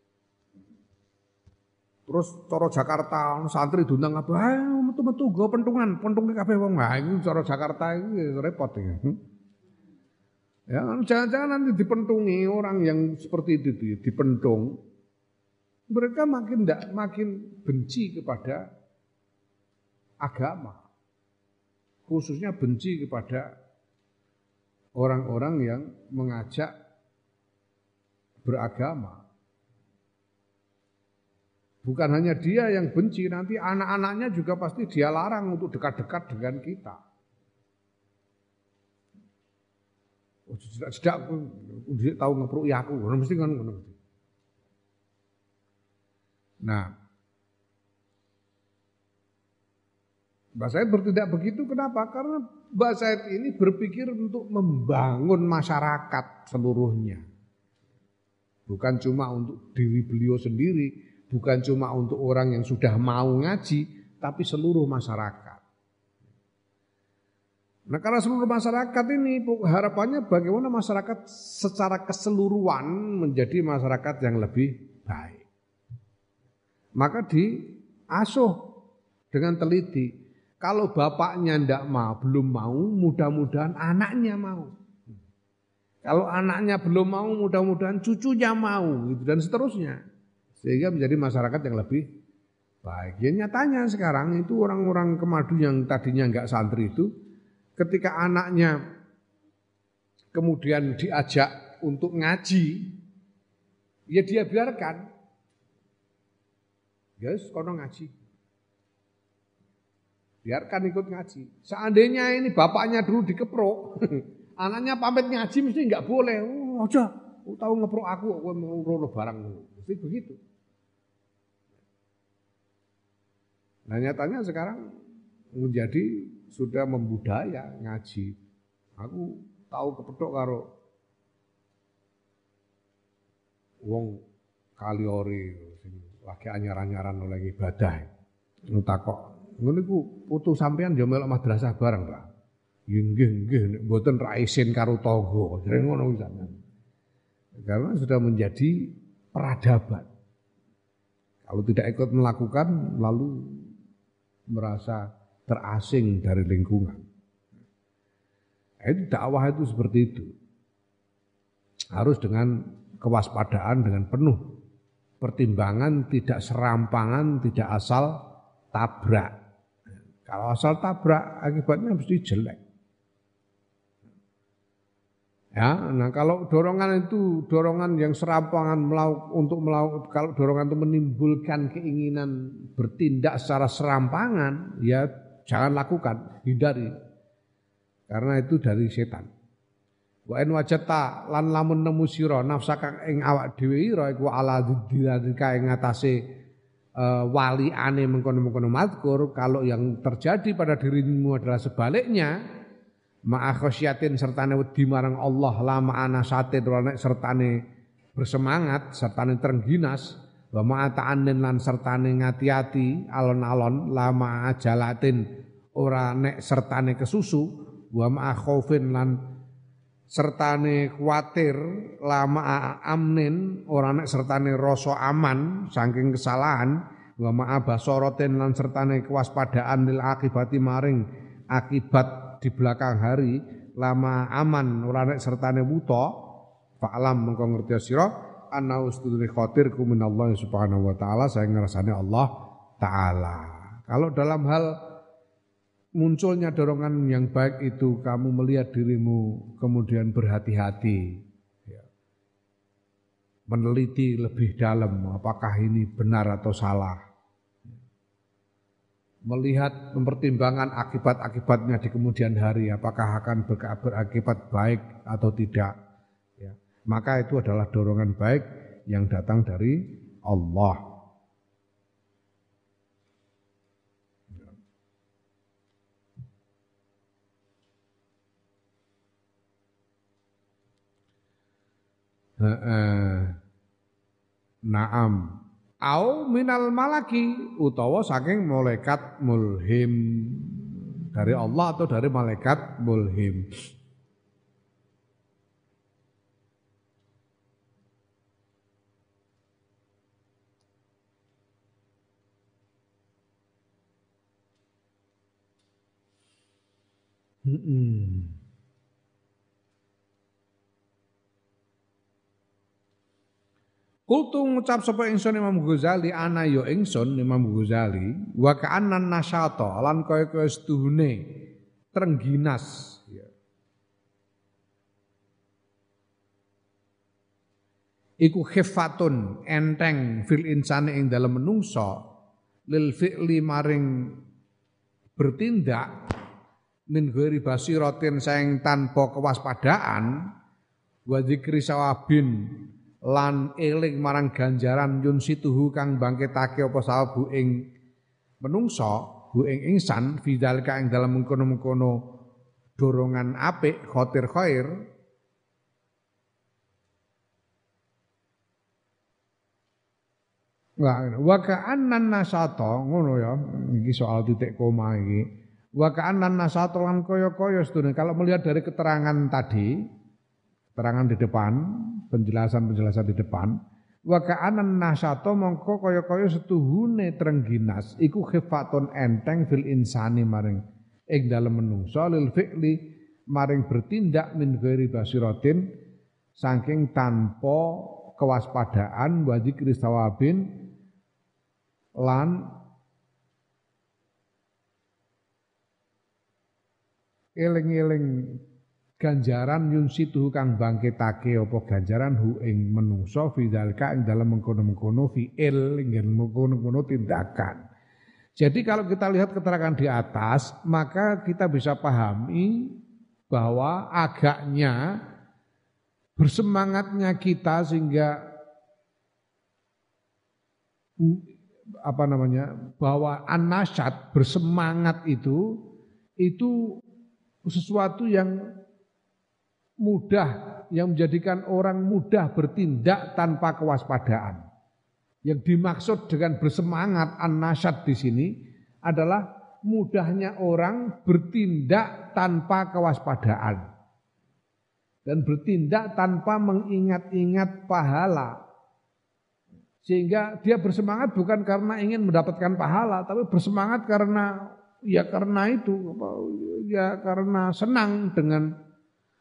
terus cara Jakarta santri diundang apa ayo metu-metu go pentungan pentunge kabeh wong nah itu cara Jakarta itu repot ya. Ya jangan-jangan nanti dipentungi orang yang seperti itu dipentung mereka makin enggak makin benci kepada agama khususnya benci kepada orang-orang yang mengajak beragama. Bukan hanya dia yang benci, nanti anak-anaknya juga pasti dia larang untuk dekat-dekat dengan kita. Oh, sedak dia tahu ngepruk ya aku, mesti kan ngono. Nah, Mbah Said bertindak begitu kenapa? Karena Mbah Said ini berpikir untuk membangun masyarakat seluruhnya. Bukan cuma untuk diri beliau sendiri, bukan cuma untuk orang yang sudah mau ngaji, tapi seluruh masyarakat. Nah karena seluruh masyarakat ini harapannya bagaimana masyarakat secara keseluruhan menjadi masyarakat yang lebih baik. Maka diasuh dengan teliti. Kalau bapaknya ndak mau, belum mau, mudah-mudahan anaknya mau. Kalau anaknya belum mau, mudah-mudahan cucunya mau, gitu dan seterusnya, sehingga menjadi masyarakat yang lebih baik. Ya nyatanya sekarang itu orang-orang Kemadu yang tadinya enggak santri itu, ketika anaknya kemudian diajak untuk ngaji, ya dia biarkan, guys, kono ngaji, biarkan ikut ngaji. Seandainya ini bapaknya dulu dikeprok. Anaknya pamit ngaji mesti enggak boleh. Oh, aja, tahu ngeprok aku, aku mau rono barang. Mesti begitu. Nah nyatanya sekarang menjadi sudah membudaya ngaji. Aku tahu kepethuk karo wong Kaliori sing lagi anyar-anyaran oleh ibadah. Nu takok, ngono iku putu sampean yo melok madrasah bareng, Pak. Nggih nggih nek mboten ra isin karo tangga. Jare ngono sampean. Karena sudah menjadi peradaban. Kalau tidak ikut melakukan lalu merasa terasing dari lingkungan. Itu dakwah itu seperti itu. Harus dengan kewaspadaan, dengan penuh pertimbangan, tidak serampangan, tidak asal tabrak. Kalau asal tabrak akibatnya mesti jelek. Ya, nah kalau dorongan itu dorongan yang serampangan melauk, untuk melauk, kalau dorongan itu menimbulkan keinginan bertindak secara serampangan, ya jangan lakukan, hindari. Karena itu dari setan. Wa in wajata lan lamun nemu sira nafsaka ing awak dhewe ira iku ala dzika ing ngatasé uh, waliane mengkono-mengkono mazkur, kalau yang terjadi pada dirimu adalah sebaliknya, ma'a khosyatin sertane wedi marang Allah, lama anasatin nek sertane bersemangat, sertane terengginas, wa ma'a ta'annin lan sertane ngati-ati alon-alon, lama ajalatin ora nek sertane kesusu, wa ma'a khaufin lan sertane kuatir, lama amnin ora nek sertane rasa aman saking kesalahan, wa ma'a basaratin lan sertane kewaspadaan lil akibati maring akibat di belakang hari, lama aman ora nek sertane wuta, fa'lam mengko ngerti sira ana ustudri khatir ku minallah subhanahu wa taala, saya ngrasane Allah taala. Kalau dalam hal munculnya dorongan yang baik itu kamu melihat dirimu kemudian berhati-hati, ya, meneliti lebih dalam apakah ini benar atau salah, melihat mempertimbangkan akibat-akibatnya di kemudian hari, apakah akan berakibat baik atau tidak, ya, maka itu adalah dorongan baik yang datang dari Allah. Naam, au minal malaki utawa saking malaikat mulhim, dari Allah atau dari malaikat mulhim. Hmm. Kultu ngucap sapa ingsun Imam Ghazali, ana ya ingsun Imam Ghazali, wa ka'annan nasyata lan kaya-kaya setuhune trengginas, ya. Iku khifatun enteng fil insani ing dalem menungsa, lil fi'li maring bertindak, min ghairi basiratin saing tanpa kewaspadaan, wa dzikri sawabin lan eling marang ganjaran yun situhu kang bangkitake apa sawabu ing menungsa, bu ing ingsan fidalika ing dalam mengkono-mengkono dorongan apik khatir khair. Wa ka'annan nasata, ngono ya, iki soal titik koma iki. Wa ka'annan nasata lan kaya-kaya sedune, kalau melihat dari keterangan tadi, keterangan di depan, penjelasan-penjelasan di depan, wa ka'anan nasato mongko kaya-kaya setuhune trengginas iku khifatun enteng fil insani maring ing dalem menungsa, lil fi'li maring bertindak min ghairi basiratin saking tanpa kewaspadaan, wa dzikri sawabin lan eling-eling ganjaran yun situ kang bangkitake apa ganjaran hu ing menungso fidzalika ing dalam mengkono-mengkono fi'il ing mengkono-mengkono tindakan. Jadi kalau kita lihat keterangan di atas, maka kita bisa pahami bahwa agaknya bersemangatnya kita sehingga apa namanya bahwa an-nasyat bersemangat itu itu sesuatu yang mudah, yang menjadikan orang mudah bertindak tanpa kewaspadaan. Yang dimaksud dengan bersemangat an-nasyat di sini adalah mudahnya orang bertindak tanpa kewaspadaan dan bertindak tanpa mengingat-ingat pahala. Sehingga dia bersemangat bukan karena ingin mendapatkan pahala, tapi bersemangat karena ya karena itu, ya karena senang dengan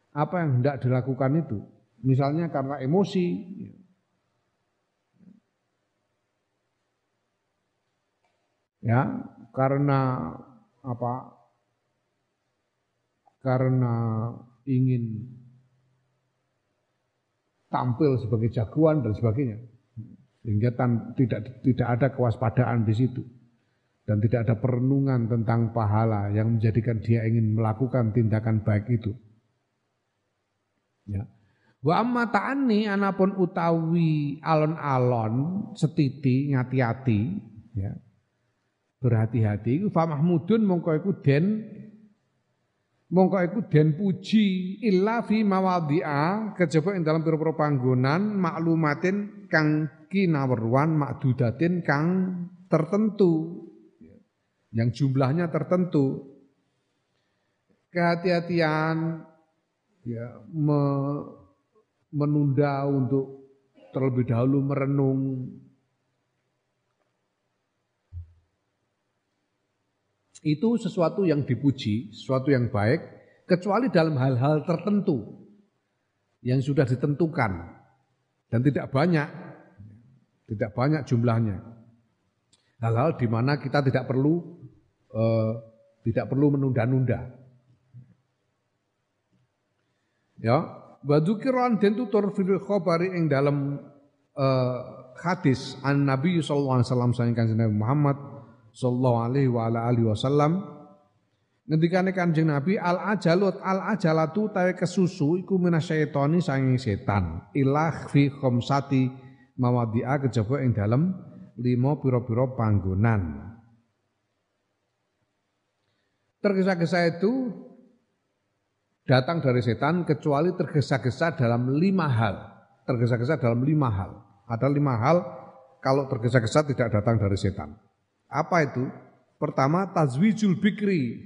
apa yang hendak dilakukan itu. Misalnya karena emosi, ya, karena apa? Karena ingin tampil sebagai jagoan dan sebagainya, sehingga tan, tidak tidak ada kewaspadaan di situ dan tidak ada perenungan tentang pahala yang menjadikan dia ingin melakukan tindakan baik itu. Ya. Wa amma ta'anni anapun utawi alon-alon setiti ngati-ati, ya. Berhati-hati iku fa mahmudun mongko iku den mongko iku den puji illa fi mawadhi'a kejaba ing dalam pira-pira panggonan maklumatin kang kinaweruan makdudatin kang tertentu yang jumlahnya tertentu. Kehati-hatian ya me, menunda untuk terlebih dahulu merenung itu sesuatu yang dipuji, sesuatu yang baik, kecuali dalam hal-hal tertentu yang sudah ditentukan dan tidak banyak, tidak banyak jumlahnya. Hal-hal di mana kita tidak perlu eh, tidak perlu menunda-nunda. Ya, wadzukiran den tutur fil khabari ing dalam eh, hadis an Nabi sallallahu alaihi wasallam saking Kanjeng Nabi Muhammad sallallahu alaihi wa ala alihi wasallam ngendikane Kanjeng Nabi al ajalut al ajalatu tawe kesusu iku minasyaitoni saking setan ilah fi khamsati mawadhi'a kejaba ing dalem lima pira-pira panggonan. Tergesa-gesa itu datang dari setan kecuali tergesa-gesa dalam lima hal. Tergesa-gesa dalam lima hal. Ada lima hal kalau tergesa-gesa tidak datang dari setan. Apa itu? Pertama, tazwijul bikri.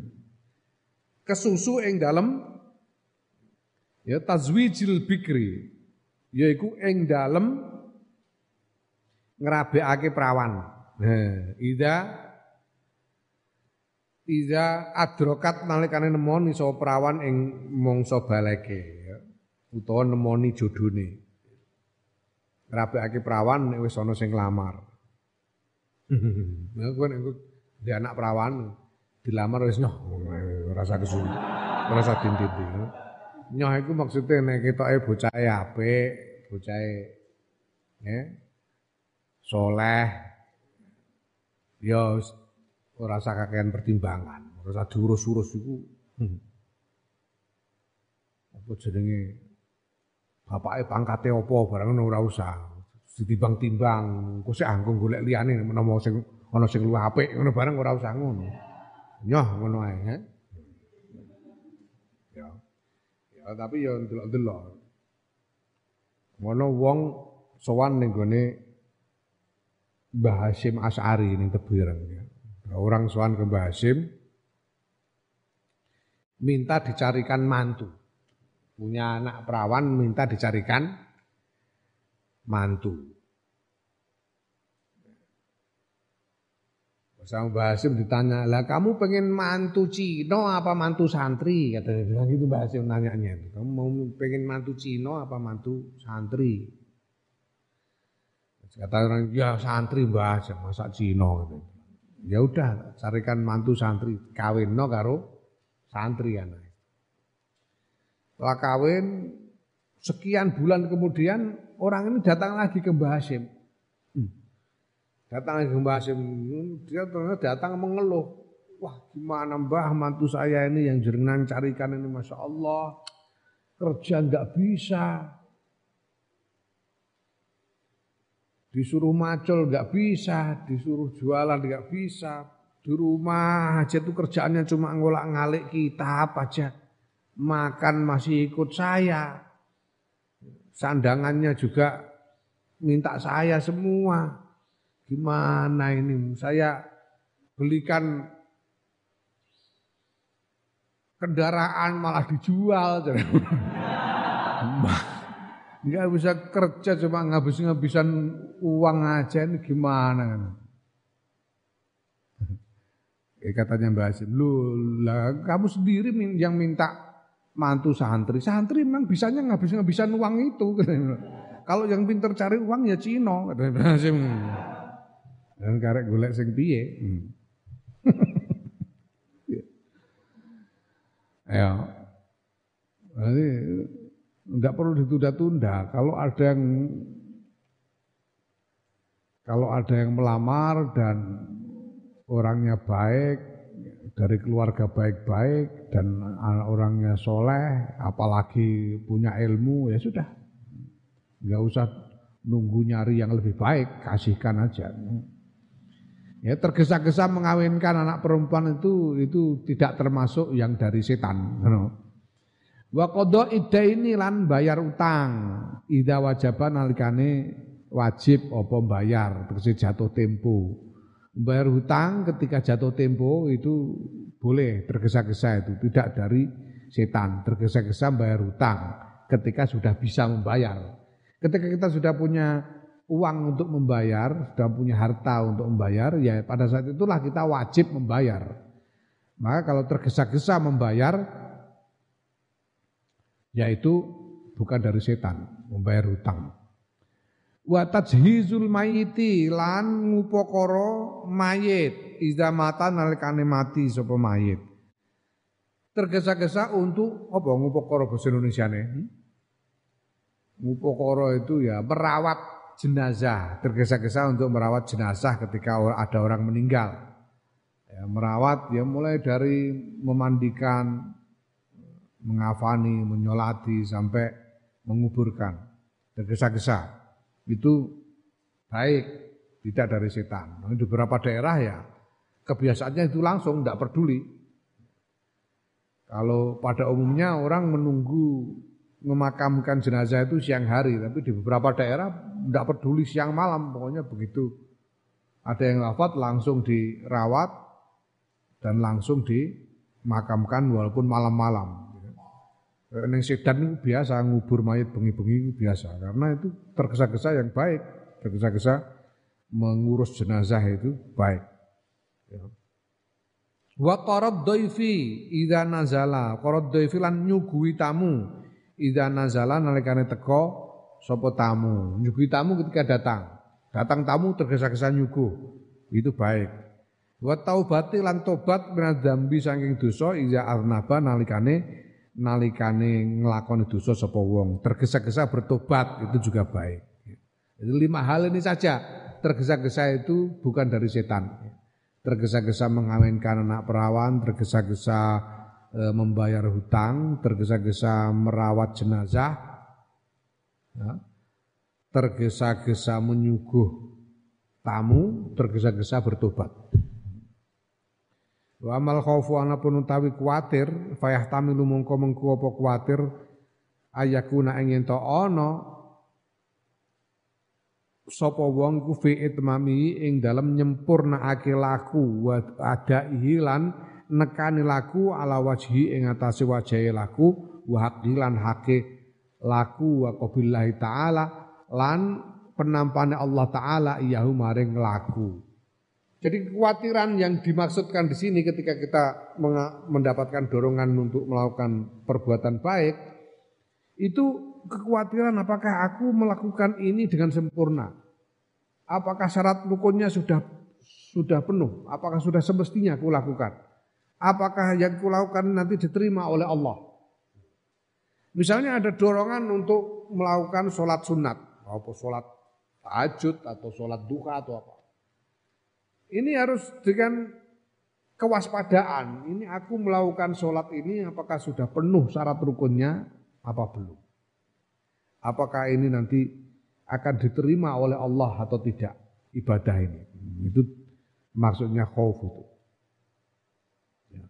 Kesusu ing dalam ya tazwijil bikri. Yaiku ing dalam ngrabekake perawan. Nah, ida ida adrokat nalikane nemoni sapa perawan ing mangsa baleke ya. Utawa nemoni jodhone. Ngrabekake perawan nek wis ana sing nglamar. Nah, aku nek di anak perawan dilamar wis nyoh ora usah kesu. Ora usah dinti-dinti. Nyoh iku maksude nek ketoke bocahe apik, bocahe ya soleh ya ora usah kakean pertimbangan, ora usah diurus-urus iku. Hmm. Apa jenenge bapake pangkate apa barang ngono ora usah. Ditimbang-timbang, kok sik anggo golek liyane menawa sing ana sing luwih apik ngono barang ora usah ngono. Nyoh ngono ae, he. Ya. Ya tapi ya ndelok-ndelok. Ngono wong sowan ning gone Mbah Hasyim Asy'ari ning Tebireng ya. Orang sowan ke Mbah Hasyim minta dicarikan mantu. Punya anak perawan minta dicarikan mantu. Sama Mbah Hasyim ditanya, lah kamu pengen mantu Cino apa mantu santri? Katanya bilang gitu Mbah Hasyim nanyanya. Kamu mau pengen mantu Cino apa mantu santri? Kata orang, ya santri Mbah Hasyim, masa Cino? Gitu. Ya udah, carikan mantu santri, kawin no karo santri ya. Setelah kawin, sekian bulan kemudian orang ini datang lagi ke Mbah Hasyim. Hmm. Datang lagi ke Mbah Hasyim, dia ternyata datang mengeluh. Wah gimana Mbah mantu saya ini yang jenengan carikan ini Masya Allah. Kerja enggak bisa. Disuruh macul enggak bisa. Disuruh jualan enggak bisa. Di rumah aja tuh kerjaannya cuma ngolak-ngalik kitab aja. Makan masih ikut saya. Sandangannya juga minta saya semua. Gimana ini? Saya belikan kendaraan malah dijual. Enggak bisa kerja cuma ngabis-ngabisan uang aja ini gimana? Eh, katanya Mbak Hasyim, "Loh, lah kamu sendiri yang minta mantu santri. Santri memang bisanya ngabis-ngabisan uang itu. Kalau yang pinter cari uang ya Cino. Dan karek golek sing piye. Hmm. Ya. Jadi enggak perlu ditunda-tunda. Kalau ada yang kalau ada yang melamar dan orangnya baik, dari keluarga baik-baik dan orangnya soleh, apalagi punya ilmu, ya sudah. Enggak usah nunggu nyari yang lebih baik, kasihkan aja. Ya tergesa-gesa mengawinkan anak perempuan itu itu tidak termasuk yang dari setan. Wa qada iddaini lan bayar utang, idza wajaba nalikane wajib apa bayar, tegese jatuh tempo. Bayar hutang ketika jatuh tempo itu boleh tergesa-gesa, itu tidak dari setan. Tergesa-gesa bayar hutang ketika sudah bisa membayar. Ketika kita sudah punya uang untuk membayar, sudah punya harta untuk membayar, ya pada saat itulah kita wajib membayar. Maka kalau tergesa-gesa membayar, yaitu bukan dari setan, membayar hutang. Wa tajhizul mayiti lan ngupakara mayit iza mata nalikane mati sapa mayit. Tergesa-gesa untuk apa ngupakara basa Indonesiane? Ngupakara itu ya merawat jenazah, tergesa-gesa untuk merawat jenazah ketika ada orang meninggal. Ya, merawat ya mulai dari memandikan, mengafani, menyolati sampai menguburkan. Tergesa-gesa. Itu baik, tidak dari setan. Nah, di beberapa daerah ya kebiasaannya itu langsung, tidak peduli. Kalau pada umumnya orang menunggu memakamkan jenazah itu siang hari, tapi di beberapa daerah tidak peduli siang malam, pokoknya begitu ada yang wafat langsung dirawat dan langsung dimakamkan walaupun malam-malam. Neng sedan itu biasa ngubur mayit bengi-bengi itu biasa, karena itu tergesa-gesa yang baik, tergesa-gesa mengurus jenazah itu baik. Wa qarad dhaifi idza nazala, qarad dhaifi lan nyuguhi tamu idza nazala nalikane teka sapa tamu. Nyuguhi tamu ketika datang. Datang tamu tergesa-gesa nyuguh, itu baik. Wa taubati lan tobat minadzambi saking dosa idza arnaba nalikane nalikane nglakoni dosa sapa wong, tergesa-gesa bertobat itu juga baik. Itu lima hal ini saja. Tergesa-gesa itu bukan dari setan. Tergesa-gesa mengawinkan anak perawan, tergesa-gesa e, membayar hutang, tergesa-gesa merawat jenazah, ya, tergesa-gesa menyuguh tamu, tergesa-gesa bertobat. Wa amal khaufu anapun utawi kuwatir fayah tamilu mongko mengko apa kuwatir ayakuna ing ento ana sapa wong ku fi itmami ing dalem nyempurnaake laku wa adaihi lan nekani laku ala wajhi ing atase wajahe laku wa haqqi lan hake laku wa qabillahi taala lan penampane Allah taala iyahu maring laku. Jadi kekhawatiran yang dimaksudkan di sini ketika kita mendapatkan dorongan untuk melakukan perbuatan baik, itu kekhawatiran apakah aku melakukan ini dengan sempurna? Apakah syarat rukunnya sudah sudah penuh? Apakah sudah semestinya aku lakukan? Apakah yang aku lakukan nanti diterima oleh Allah? Misalnya ada dorongan untuk melakukan sholat sunat, atau sholat tahajud, atau sholat duha, atau apa. Ini harus dengan kewaspadaan. Ini aku melakukan sholat ini apakah sudah penuh syarat rukunnya apa belum? Apakah ini nanti akan diterima oleh Allah atau tidak ibadah ini? Itu maksudnya khauf itu. Ya.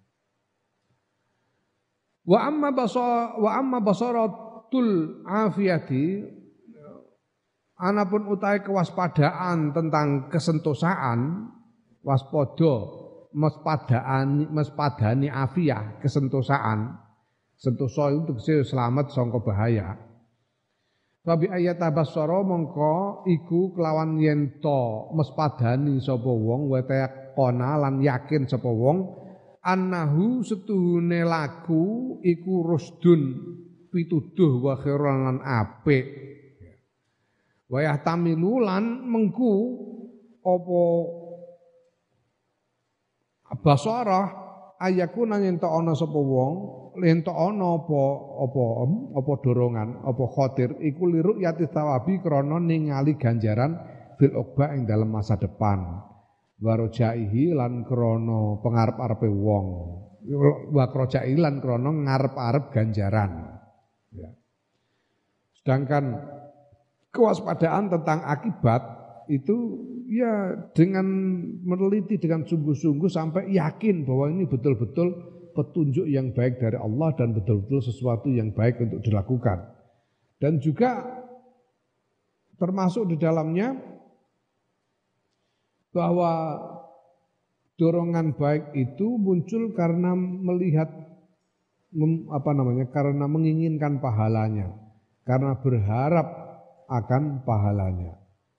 Wa amma basar wa amma basaratul afiyati, anapun utahe kewaspadaan tentang kesentosaan, waspada mespadaan mespadani afiyah, kesentosaan. Sentosa itu tegese selamat sangka bahaya. Fabi ayat tabassara mongko iku kelawan yen to mespadani sapa wong wa tayaqona lan yakin sapa wong annahu setuhune laku iku rusdun pituduh wa khairan lan apik wa yahtamilu lan mengku apa basarah ayaku nang entuk ana sapa wong entuk ana apa apa apa dorongan apa khatir iku liruk yati tawabi krana ningali ganjaran fil uqba ing dalam masa depan warojaihi lan krana pengarep-arepe wong wa krojai lan krana ngarep-arep ganjaran ya. Sedangkan kewaspadaan tentang akibat itu ya dengan meneliti dengan sungguh-sungguh sampai yakin bahwa ini betul-betul petunjuk yang baik dari Allah dan betul-betul sesuatu yang baik untuk dilakukan. Dan juga termasuk di dalamnya bahwa dorongan baik itu muncul karena melihat apa namanya karena menginginkan pahalanya, karena berharap akan pahalanya.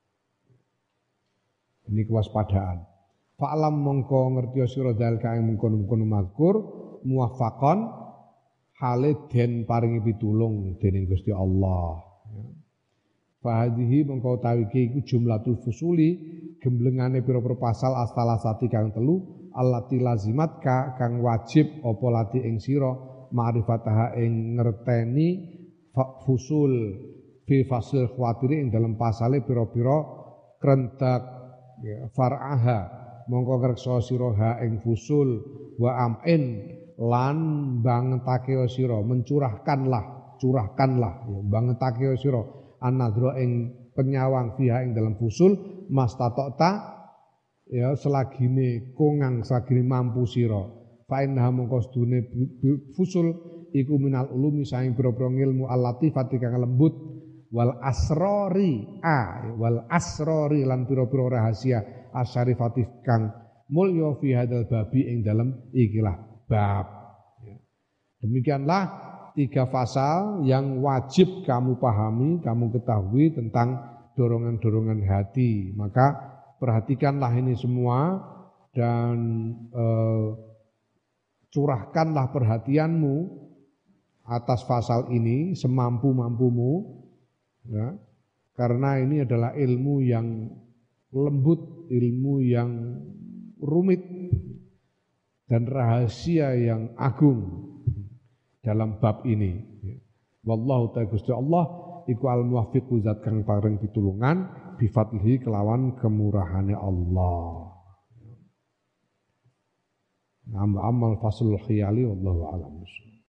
Ini kewaspadaan. Fa'lam mongko ngerti sira dalika ing mungkon-mungkon mazkur muwaffaqan hale den paringi pitulung dening Gusti Allah. Fahadhihi mongko utawi iki iku jumlatul fusuli gemblengane pira-pira pasal astalasati kang telu allati lazimat ka kang wajib apa lati ing sira ma'rifataha ing ngerteni fusul fi fasil khawatiri ing dalam pasale pira-pira krentek ya, far'aha mongko ngreksa sira ha ing fusul wa amin lan bangetake sira mencurahkanlah curahkanlah ya bangetake sira an-nadra ing penyawang fiha ing dalam fusul mastatokta ya selagine kongang selagine mampu sira fa inna mongko sedune fusul iku minal ulumi saing pira-pira ilmu al-latifati kang lembut wal asrori a wal asrori lan pira-pira rahasia asyarifatif kang mulya fi hadzal babi ing dalem ikilah bab ya. Demikianlah tiga pasal yang wajib kamu pahami, kamu ketahui tentang dorongan-dorongan hati. Maka perhatikanlah ini semua dan eh, curahkanlah perhatianmu atas pasal ini semampu-mampumu. Ya, karena ini adalah ilmu yang lembut, ilmu yang rumit dan rahasia yang agung dalam bab ini. Wallahu ta'ala Gusti Allah iku al-muwaffiqu zat kang paring pitulungan bi fadlihi kelawan kemurahane Allah. Nama amal faslul khiyali wallahu a'lam.